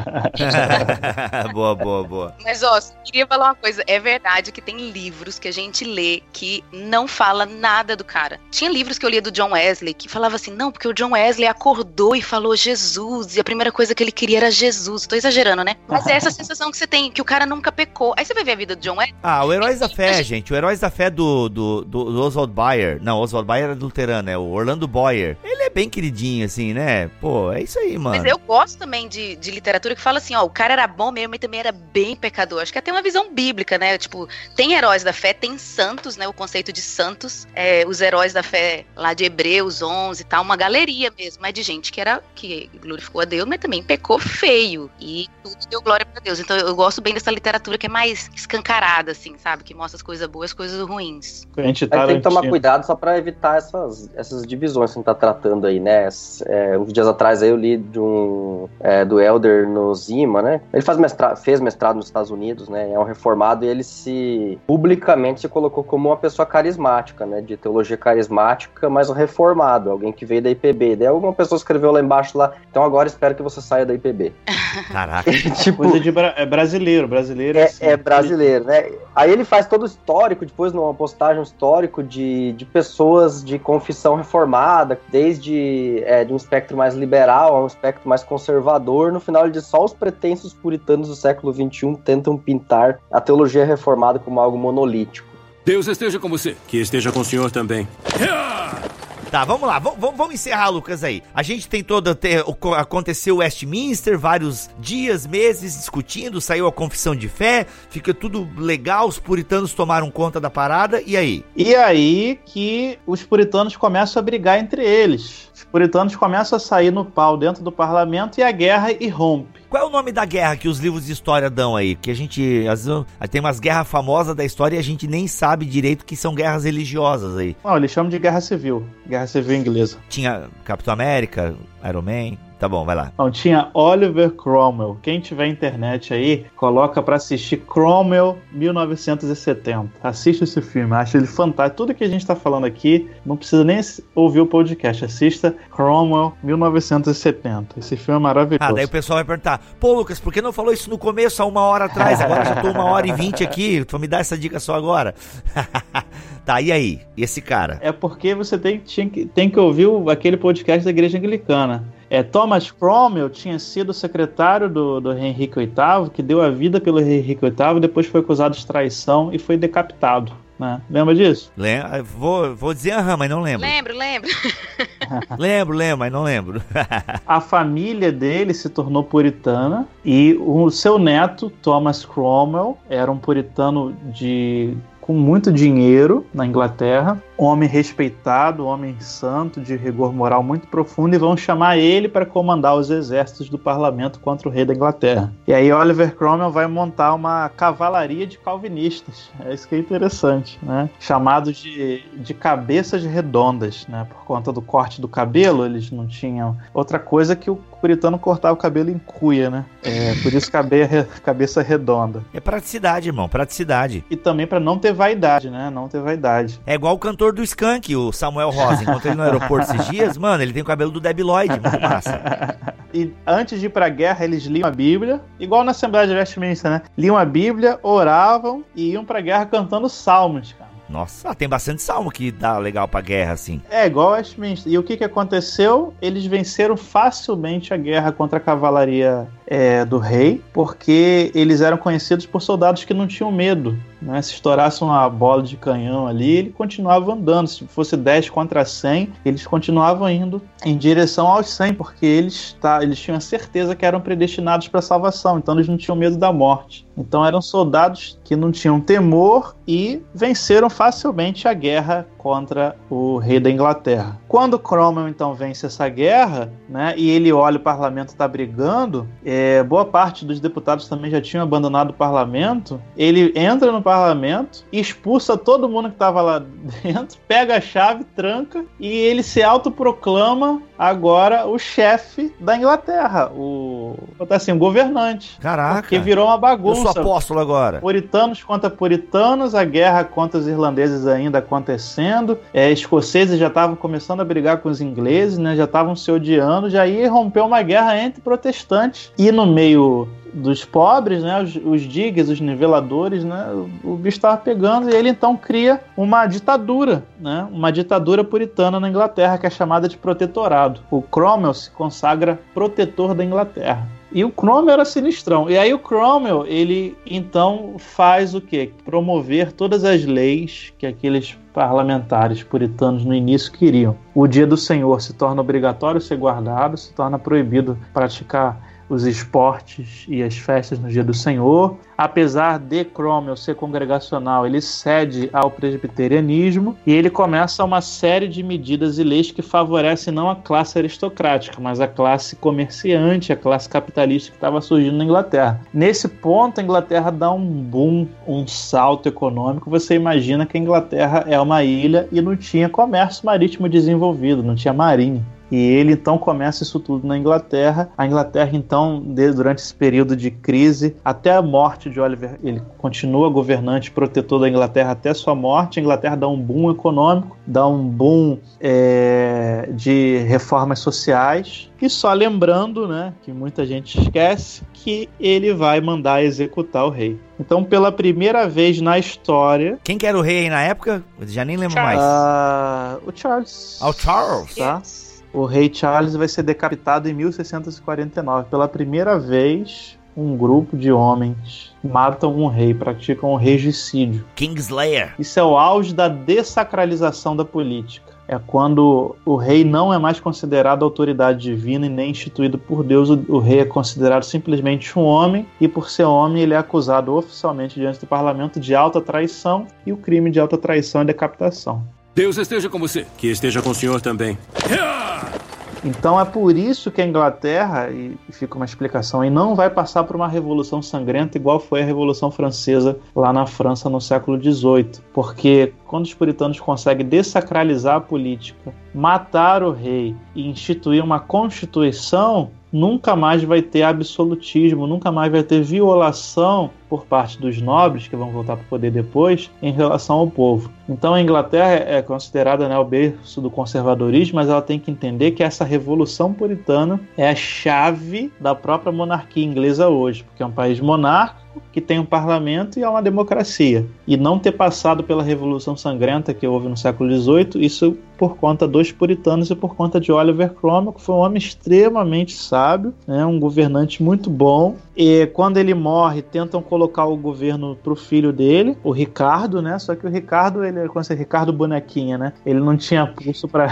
Boa, boa, boa. Mas, ó, queria falar uma coisa. É verdade que tem livros que a gente lê que não fala nada do cara. Tinha livros que eu lia do John Wesley que falava assim, não, porque o John Wesley acordou e falou Jesus, e a primeira coisa que ele queria era Jesus. Tô exagerando, né? Mas é essa sensação que você tem, que o cara nunca pecou. Aí você vai ver a vida do John Wesley. Ah, o Heróis da Fé, gente. O Heróis da Fé do, do, do, do Oswald Bayer. Não, Oswald Bayer é luterano, é o Orlando Boyer. Ele é bem queridinho, assim, né? Pô, é isso aí, mano. Mas eu gosto também de, de literatura que fala assim, ó, o cara era bom mesmo, mas também era bem pecador. Acho que até uma visão bíblica, né? Tipo, tem heróis da fé, tem santos, né? O conceito de santos. É, os heróis da fé lá de Hebreus onze e tal, uma galeria mesmo, mas de gente que era, que glorificou a Deus, mas também pecou feio. E tudo deu glória pra Deus. Então eu gosto bem dessa literatura que é mais escancarada, assim, sabe? Que mostra as coisas boas, as coisas ruins. A gente tá tem que tomar cuidado só pra evitar essas, essas divisões que a gente tá tratando aí, né? É, uns dias atrás aí eu li de um, é, do Elder Nozima, né? Ele faz mestra- fez mestrado nos Estados Unidos, né? É um reformado e ele se publicamente se colocou como uma pessoa carismática, né? De teologia carismática, mas um reformado, alguém que veio da I P B. Daí alguma pessoa escreveu lá embaixo lá, então agora espero que você saia da I P B. Caraca. tipo, coisa de bra- é brasileiro, brasileiro. É, assim, é brasileiro, né? Aí ele faz todo o histórico, depois numa postagem histórico de, de pessoas de confissão reformada, desde é, de um espectro mais liberal a um espectro mais conservador. No final ele diz só os pretensos puritanos do século vinte e um tentam pintar a teologia reformada como algo monolítico. Deus esteja com você. Que esteja com o senhor também. Tá, vamos lá, vamos, vamos encerrar, Lucas, aí. A gente tem toda, te, o, aconteceu o Westminster, vários dias, meses discutindo, saiu a confissão de fé, fica tudo legal, os puritanos tomaram conta da parada, e aí? E aí que os puritanos começam a brigar entre eles. Os puritanos começam a sair no pau dentro do parlamento e a guerra irrompe. Qual é o nome da guerra que os livros de história dão aí? Que a gente, às vezes, tem umas guerras famosas da história e a gente nem sabe direito que são guerras religiosas aí. Não, eles chamam de guerra civil. Guerra civil inglesa. Tinha Capitão América, Iron Man... Tá bom, vai lá. Não, tinha Oliver Cromwell. Quem tiver internet aí, coloca pra assistir Cromwell mil novecentos e setenta. Assista esse filme, acho ele fantástico. Tudo que a gente tá falando aqui, não precisa nem ouvir o podcast. Assista Cromwell mil novecentos e setenta. Esse filme é maravilhoso. Ah, daí o pessoal vai perguntar, pô, Lucas, por que não falou isso no começo, há uma hora atrás? Agora já tô uma hora e vinte aqui, tu me dá essa dica só agora? Tá, e aí? E esse cara? É porque você tem, tinha que, tem que ouvir o, aquele podcast da Igreja Anglicana. É, Thomas Cromwell tinha sido secretário do, do rei Henrique oitavo, que deu a vida pelo rei Henrique oitavo, depois foi acusado de traição e foi decapitado. Né? Lembra disso? Lembra, vou, vou dizer aham, mas não lembro. Lembro, lembro. lembro, lembro, mas não lembro. A família dele se tornou puritana e o seu neto, Thomas Cromwell, era um puritano de... com muito dinheiro na Inglaterra, homem respeitado, homem santo, de rigor moral muito profundo, e vão chamar ele para comandar os exércitos do parlamento contra o rei da Inglaterra. E aí Oliver Cromwell vai montar uma cavalaria de calvinistas, é isso que é interessante, né? Chamados de, de cabeças redondas, né? Por conta do corte do cabelo, eles não tinham outra coisa que o puritano cortava o cabelo em cuia, né? É, por isso cabe, cabeça redonda. É praticidade, irmão, praticidade. E também para não ter vaidade, né? Não ter vaidade. É igual o cantor do Skank, o Samuel Rosa. Encontrei ele no aeroporto esses dias, mano, ele tem o cabelo do Debi Lloyd, muito massa. E antes de ir pra guerra, eles liam a Bíblia, igual na Assembleia de Westminster, né? Liam a Bíblia, oravam e iam pra guerra cantando salmos, cara. Nossa, ah, tem bastante salmo que dá legal pra guerra, assim. É, igual Westminster. E o que que aconteceu? Eles venceram facilmente a guerra contra a cavalaria é, do rei, porque eles eram conhecidos por soldados que não tinham medo, né? Se estourasse uma bola de canhão ali, ele continuava andando. Se fosse dez contra cem, eles continuavam indo em direção aos cem, porque eles, tá, eles tinham a certeza que eram predestinados para a salvação, então eles não tinham medo da morte. Então eram soldados que não tinham temor e venceram facilmente a guerra contra o rei da Inglaterra. Quando Cromwell então vence essa guerra, né, e ele olha o parlamento está brigando, é, boa parte dos deputados também já tinham abandonado o parlamento, ele entra no parlamento, expulsa todo mundo que estava lá dentro, pega a chave, tranca, e ele se autoproclama agora o chefe da Inglaterra, o, assim, o governante. Caraca! Porque virou uma bagunça. Eu sou apóstolo agora. Puritanos contra puritanos, a guerra contra os irlandeses ainda acontecendo, é, escoceses já estavam começando a brigar com os ingleses, né, já estavam se odiando, já ia romper uma guerra entre protestantes. E no meio dos pobres, né, os, os diggers, os niveladores, né, o, o bicho estava pegando, e ele então cria uma ditadura, né, uma ditadura puritana na Inglaterra, que é chamada de protetorado. O Cromwell se consagra protetor da Inglaterra. E o Cromwell era sinistrão. E aí o Cromwell, ele então faz o quê? Promover todas as leis que aqueles parlamentares puritanos no início queriam. O dia do Senhor se torna obrigatório ser guardado, se torna proibido praticar os esportes e as festas no dia do Senhor. Apesar de Cromwell ser congregacional, ele cede ao presbiterianismo e ele começa uma série de medidas e leis que favorecem não a classe aristocrática, mas a classe comerciante, a classe capitalista que estava surgindo na Inglaterra. Nesse ponto, a Inglaterra dá um boom, um salto econômico. Você imagina que a Inglaterra é uma ilha e não tinha comércio marítimo desenvolvido, não tinha marinha. E ele então começa isso tudo na Inglaterra. A Inglaterra então, durante esse período de crise, até a morte de Oliver, ele continua governante, protetor da Inglaterra até sua morte. A Inglaterra dá um boom econômico, dá um boom é, de reformas sociais. E só lembrando, né, que muita gente esquece, que ele vai mandar executar o rei. Então, pela primeira vez na história... Quem que era o rei aí na época? Eu já nem lembro Charles. mais. Uh, o Charles. Ah, o Charles. Tá? Yes. O rei Charles vai ser decapitado em mil seiscentos e quarenta e nove. Pela primeira vez, um grupo de homens matam um rei, praticam um regicídio. Kingslayer. Isso é o auge da dessacralização da política. É quando o rei não é mais considerado autoridade divina e nem instituído por Deus. O, o rei é considerado simplesmente um homem, e por ser homem ele é acusado oficialmente diante do parlamento de alta traição, e o crime de alta traição é decapitação. Deus esteja com você. Que esteja com o senhor também. Então é por isso que a Inglaterra, e fica uma explicação aí, não vai passar por uma revolução sangrenta igual foi a Revolução Francesa lá na França no século dezoito. Porque quando os puritanos conseguem dessacralizar a política, matar o rei e instituir uma constituição, nunca mais vai ter absolutismo, nunca mais vai ter violação por parte dos nobres, que vão voltar para o poder depois, em relação ao povo. Então a Inglaterra é considerada, né, o berço do conservadorismo, mas ela tem que entender que essa revolução puritana é a chave da própria monarquia inglesa hoje, porque é um país monárquico, que tem um parlamento e é uma democracia. E não ter passado pela Revolução Sangrenta que houve no século dezoito, isso por conta dos puritanos e por conta de Oliver Cromwell, que foi um homem extremamente sábio, né, um governante muito bom. E quando ele morre, tentam colocar o governo pro filho dele, o Ricardo, né? Só que o Ricardo, ele é como se Ricardo Bonequinha, né? Ele não tinha pulso para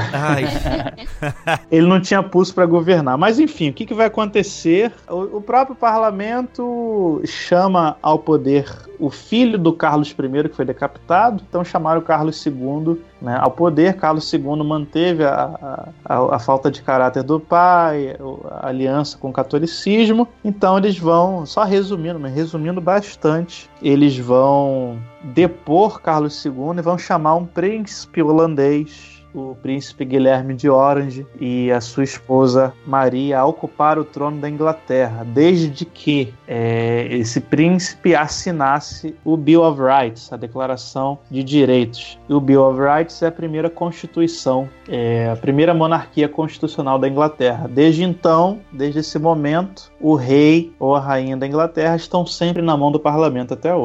ele não tinha pulso para governar. Mas enfim, o que, que vai acontecer? O, o próprio parlamento chama ao poder o filho do Carlos I, que foi decapitado, então chamaram o Carlos segundo, né, ao poder. Carlos segundo manteve a, a, a falta de caráter do pai, a aliança com o catolicismo. Então eles vão, só resumindo, mas resumindo bastante, eles vão depor Carlos segundo e vão chamar um príncipe holandês, o príncipe Guilherme de Orange, e a sua esposa Maria a ocupar o trono da Inglaterra, desde que é, esse príncipe assinasse o Bill of Rights, a Declaração de Direitos. E o Bill of Rights é a primeira constituição, é a primeira monarquia constitucional da Inglaterra. Desde então, desde esse momento, o rei ou a rainha da Inglaterra estão sempre na mão do parlamento até hoje.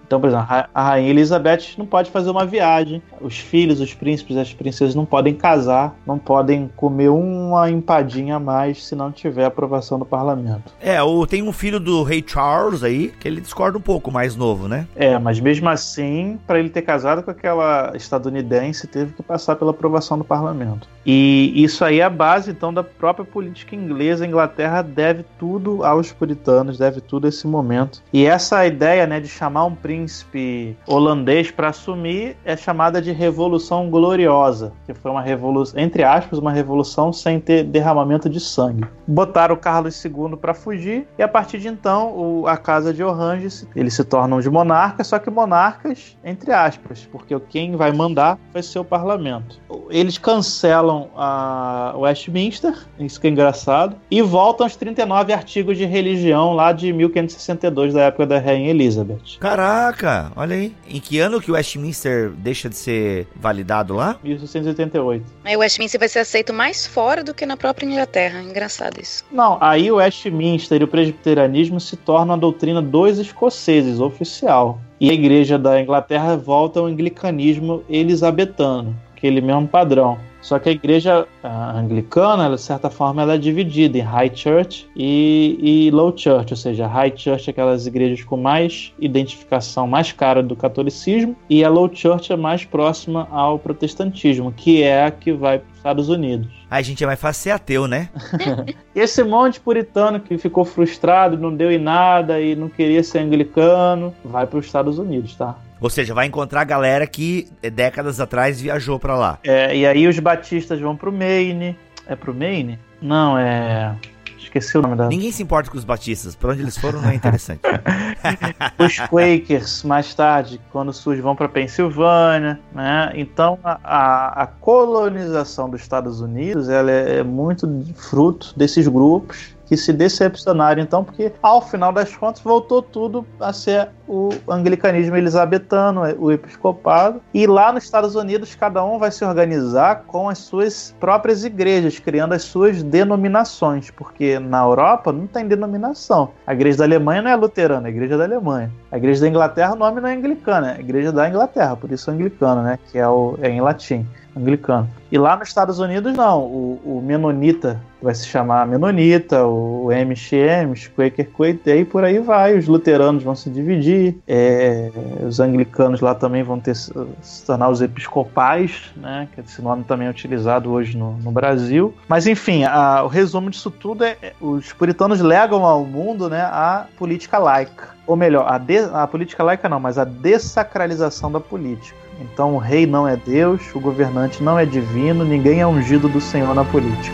Então, por exemplo, a Rainha Elizabeth não pode fazer uma viagem, os filhos, os príncipes e as princesas não podem casar, não podem comer uma empadinha a mais se não tiver aprovação do parlamento. É, ou tem um filho do rei Charles aí, que ele discorda um pouco, mais novo, né? É, mas mesmo assim, para ele ter casado com aquela estadunidense, teve que passar pela aprovação do parlamento. E isso aí é a base, então, da própria política inglesa. A Inglaterra deve tudo aos puritanos, deve tudo a esse momento. E essa ideia, né, de chamar um príncipe holandês para assumir é chamada de Revolução Gloriosa, que foi uma revolução, entre aspas, uma revolução sem ter derramamento de sangue. Botaram o Carlos segundo para fugir e a partir de então o, a casa de Orange, eles se tornam de monarcas, só que monarcas entre aspas, porque quem vai mandar vai ser o parlamento. Eles cancelam a Westminster, isso que é engraçado, e voltam aos trinta e nove artigos de religião lá de mil quinhentos e sessenta e dois, da época da Rainha Elizabeth. Caraca, olha aí. Em que ano que o Westminster deixa de ser validado lá? mil seiscentos e oitenta e oito. Aí o Westminster vai ser aceito mais fora do que na própria Inglaterra. Engraçado isso. Não, aí o Westminster e o presbiterianismo se tornam a doutrina dos escoceses, oficial. E a igreja da Inglaterra volta ao anglicanismo elisabetano, aquele mesmo padrão. Só que a igreja a anglicana, ela, de certa forma, ela é dividida em High Church e, e Low Church, ou seja, a High Church é aquelas igrejas com mais identificação, mais cara do catolicismo, e a Low Church é mais próxima ao protestantismo, que é a que vai para os Estados Unidos. Aí a gente é mais fácil ser ateu, né? Esse monte de puritano que ficou frustrado, não deu em nada e não queria ser anglicano, vai para os Estados Unidos, tá? Ou seja, vai encontrar a galera que décadas atrás viajou pra lá. É, e aí os batistas vão pro Maine. É pro Maine? Não, é... Esqueci o nome da... Ninguém se importa com os batistas. Pra onde eles foram não é interessante. Os Quakers, mais tarde, quando surgem, vão pra Pensilvânia, né? Então, a, a, a colonização dos Estados Unidos, ela é, é muito fruto desses grupos que se decepcionaram, então, porque ao final das contas voltou tudo a ser o anglicanismo elisabetano, o episcopado, e lá nos Estados Unidos cada um vai se organizar com as suas próprias igrejas, criando as suas denominações, porque na Europa não tem denominação. A igreja da Alemanha não é luterana, é a igreja da Alemanha. A igreja da Inglaterra, o nome não é anglicana, é a igreja da Inglaterra, por isso é anglicana, né, que é, o, é em latim. Anglicano. E lá nos Estados Unidos não, o, o Menonita vai se chamar Menonita, o M X M, os Quaker Quaker, e aí por aí vai, os luteranos vão se dividir, é, os anglicanos lá também vão ter, se tornar os episcopais, né, que esse nome também é utilizado hoje no, no Brasil, mas enfim, a, o resumo disso tudo é, é os puritanos legam ao mundo, né, a política laica, ou melhor, a, de, a política laica não, mas a dessacralização da política. Então o rei não é Deus, o governante não é divino, ninguém é ungido do Senhor na política.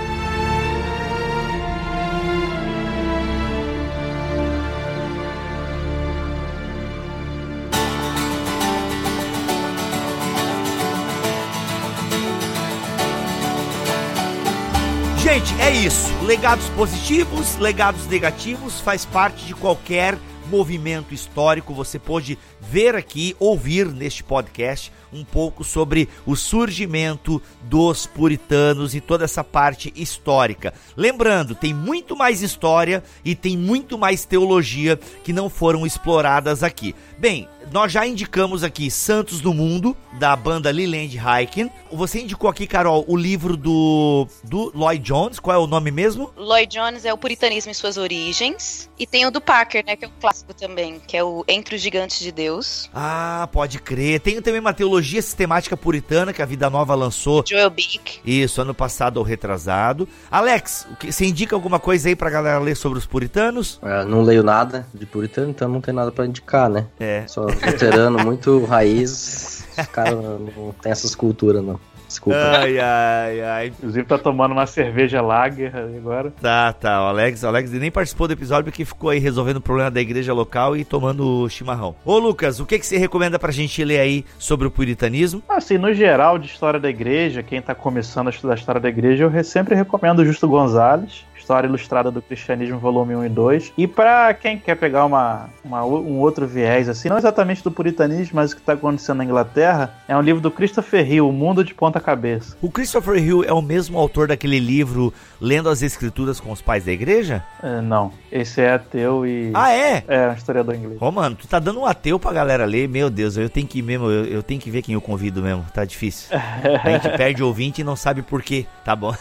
Gente, é isso. Legados positivos, legados negativos, faz parte de qualquer movimento histórico. Você pode ver aqui, ouvir neste podcast um pouco sobre o surgimento dos puritanos e toda essa parte histórica. Lembrando, tem muito mais história e tem muito mais teologia que não foram exploradas aqui. Bem, nós já indicamos aqui Santos do Mundo, da banda Leland Hyken. Você indicou aqui, Carol, o livro do, do Lloyd Jones. Qual é o nome mesmo? Lloyd Jones é o Puritanismo e Suas Origens. E tem o do Parker, né, que é um clássico também, que é o Entre os Gigantes de Deus. Ah, pode crer. Tem também uma teologia sistemática puritana que a Vida Nova lançou. Joel Bick. Isso, ano passado ou retrasado. Alex, você indica alguma coisa aí pra galera ler sobre os puritanos? É, não leio nada de puritano, então não tem nada pra indicar, né? É. Só luterano, muito raiz. Os caras não tem essas culturas, não. Desculpa. Ai, ai, ai. Inclusive tá tomando uma cerveja lager agora. Tá, tá. O Alex, o Alex nem participou do episódio porque ficou aí resolvendo o problema da igreja local e tomando chimarrão. Ô, Lucas, o que, que você recomenda pra gente ler aí sobre o puritanismo? Assim, no geral, de história da igreja, quem tá começando a estudar a história da igreja, eu sempre recomendo o Justo Gonzalez. História Ilustrada do Cristianismo, volume um e dois. E para quem quer pegar uma, uma, um outro viés, assim, não exatamente do puritanismo, mas o que está acontecendo na Inglaterra, é um livro do Christopher Hill, O Mundo de Ponta Cabeça. O Christopher Hill é o mesmo autor daquele livro Lendo as Escrituras com os Pais da Igreja? É, não, esse é ateu e... Ah, é? É, um historiador inglês. Ô, mano, tu tá dando um ateu pra galera ler, meu Deus, eu tenho que ir mesmo, eu, eu tenho que ver quem eu convido mesmo, tá difícil. A gente perde ouvinte e não sabe por quê, tá bom?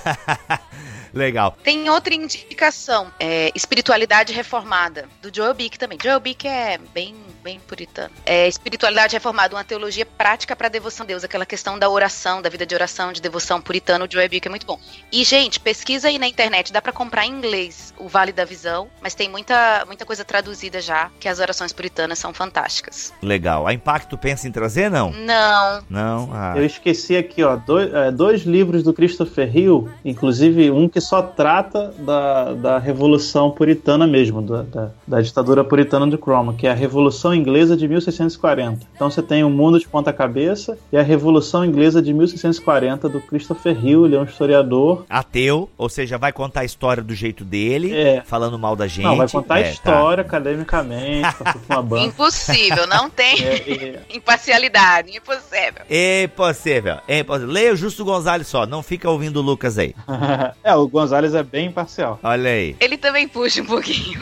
Legal. Tem outra indicação, é Espiritualidade Reformada, do Joel Bick também. Joel Bick é bem, bem puritano. É Espiritualidade Reformada, uma teologia prática para devoção a Deus, aquela questão da oração, da vida de oração, de devoção puritano, o Joel Bick é muito bom. E, gente, pesquisa aí na internet, dá para comprar em inglês o Vale da Visão, mas tem muita, muita coisa traduzida já, que as orações puritanas são fantásticas. Legal. A Impacto pensa em trazer, não? Não. Não? Ah. Eu esqueci aqui, ó, dois, é, dois livros do Christopher Hill, inclusive um que só trata da, da Revolução Puritana mesmo, da, da, da ditadura puritana de Cromwell, que é a Revolução Inglesa de mil seiscentos e quarenta. Então você tem O Mundo de Ponta Cabeça e a Revolução Inglesa de mil seiscentos e quarenta do Christopher Hill, ele é um historiador. Ateu, ou seja, vai contar a história do jeito dele, é. falando mal da gente. Não, vai contar é, a história tá. academicamente, com uma banda. Impossível, não tem é, é. imparcialidade, impossível. Impossível, impossível. Leia o Justo Gonzalez só, não fica ouvindo o Lucas aí. É, o Gonzalez é bem imparcial. Olha aí. Ele também puxa um pouquinho.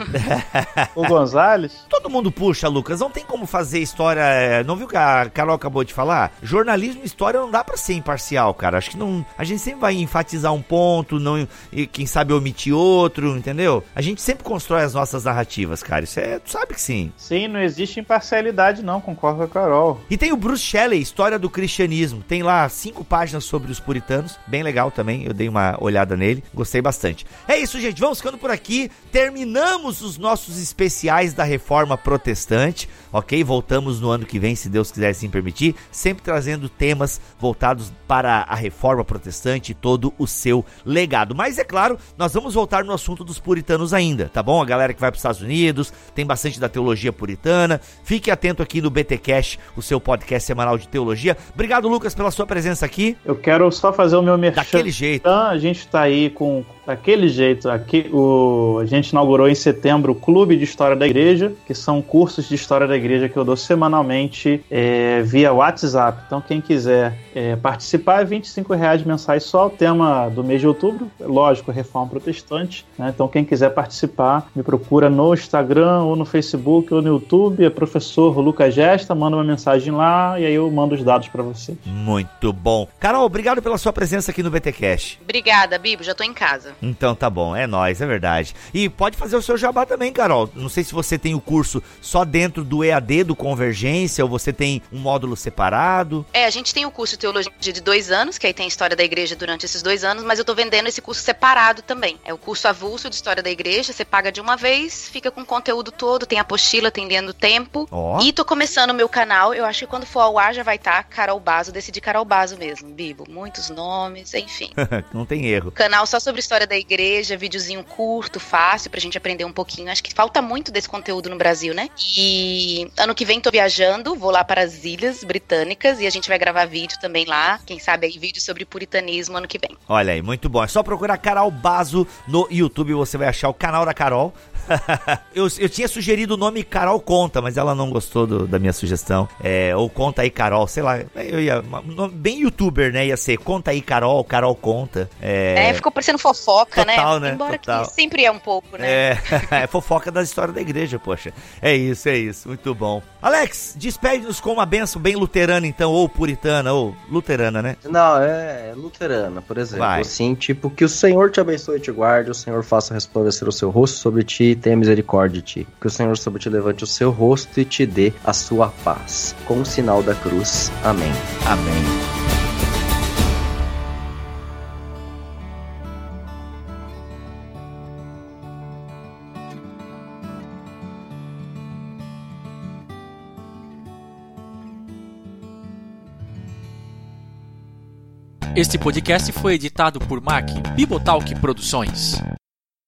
O Gonzalez? Todo mundo puxa, Lucas. Não tem como fazer história... Não viu o que a Carol acabou de falar? Jornalismo e história não dá pra ser imparcial, cara. Acho que não... A gente sempre vai enfatizar um ponto, não, e quem sabe omitir outro, entendeu? A gente sempre constrói as nossas narrativas, cara. Isso é... Tu sabe que sim. Sim, não existe imparcialidade não, concordo com a Carol. E tem o Bruce Shelley, História do Cristianismo. Tem lá cinco páginas sobre os puritanos. Bem legal também. Eu dei uma olhada nele. Gostei bastante. É isso, gente, vamos ficando por aqui. Terminamos os nossos especiais da Reforma Protestante, ok? Voltamos no ano que vem, se Deus quiser assim permitir, sempre trazendo temas voltados para a Reforma Protestante e todo o seu legado. Mas é claro, nós vamos voltar no assunto dos puritanos ainda, tá bom? A galera que vai para os Estados Unidos, tem bastante da teologia puritana. Fique atento aqui no B T Cast, o seu podcast semanal de teologia. Obrigado, Lucas, pela sua presença aqui. Eu quero só fazer o meu merchan. Daquele jeito. A gente tá aí com... Daquele jeito, aqui, o, a gente inaugurou em setembro o Clube de História da Igreja, que são cursos de História da Igreja que eu dou semanalmente é, via WhatsApp. Então quem quiser é, participar é vinte e cinco reais mensais só, o tema do mês de outubro, lógico, Reforma Protestante, né? Então quem quiser participar, me procura no Instagram, ou no Facebook, ou no YouTube, é professor Lucas Gesta, manda uma mensagem lá e aí eu mando os dados para vocês. Muito bom. Carol, obrigado pela sua presença aqui no B T Cast. Obrigada, Bibo, já tô em casa. Então tá bom, é nóis, é verdade. E pode fazer o seu jabá também, Carol. Não sei se você tem o curso só dentro do E A D do Convergência ou você tem um módulo separado. É, a gente tem o curso de Teologia de dois anos, que aí tem História da Igreja durante esses dois anos, mas eu tô vendendo esse curso separado também. É o curso avulso de História da Igreja, você paga de uma vez, fica com o conteúdo todo, tem apostila, tem linha do tempo. Oh. E tô começando o meu canal, eu acho que quando for ao ar já vai estar Carol Bazo, decidi Carol Bazo mesmo, Bibo. Muitos nomes, enfim. Não tem erro. Canal só sobre História da Igreja, videozinho curto, fácil, pra gente aprender um pouquinho. Acho que falta muito desse conteúdo no Brasil, né? E ano que vem tô viajando, vou lá para as Ilhas Britânicas e a gente vai gravar vídeo também lá. Quem sabe aí vídeo sobre puritanismo ano que vem. Olha aí, muito bom. É só procurar Carol Bazo no YouTube, você vai achar o canal da Carol. eu, eu tinha sugerido o nome Carol Conta, mas ela não gostou do, da minha sugestão. É, ou Conta aí Carol, sei lá. Eu ia, bem youtuber, né? Ia ser Conta aí Carol, Carol Conta. É, é ficou parecendo fofoca, total, né? né? Embora total. Que sempre é um pouco, né? É, é fofoca da história da igreja, poxa. É isso, é isso. Muito bom. Alex, despede-nos com uma benção bem luterana, então, ou puritana, ou luterana, né? Não, é luterana, por exemplo. Vai. Assim, tipo, que o Senhor te abençoe e te guarde, o Senhor faça resplandecer o seu rosto sobre ti e tenha misericórdia de ti. Que o Senhor sobre ti levante o seu rosto e te dê a sua paz. Com o sinal da cruz. Amém. Amém. Este podcast foi editado por Mac Bibotalk Produções.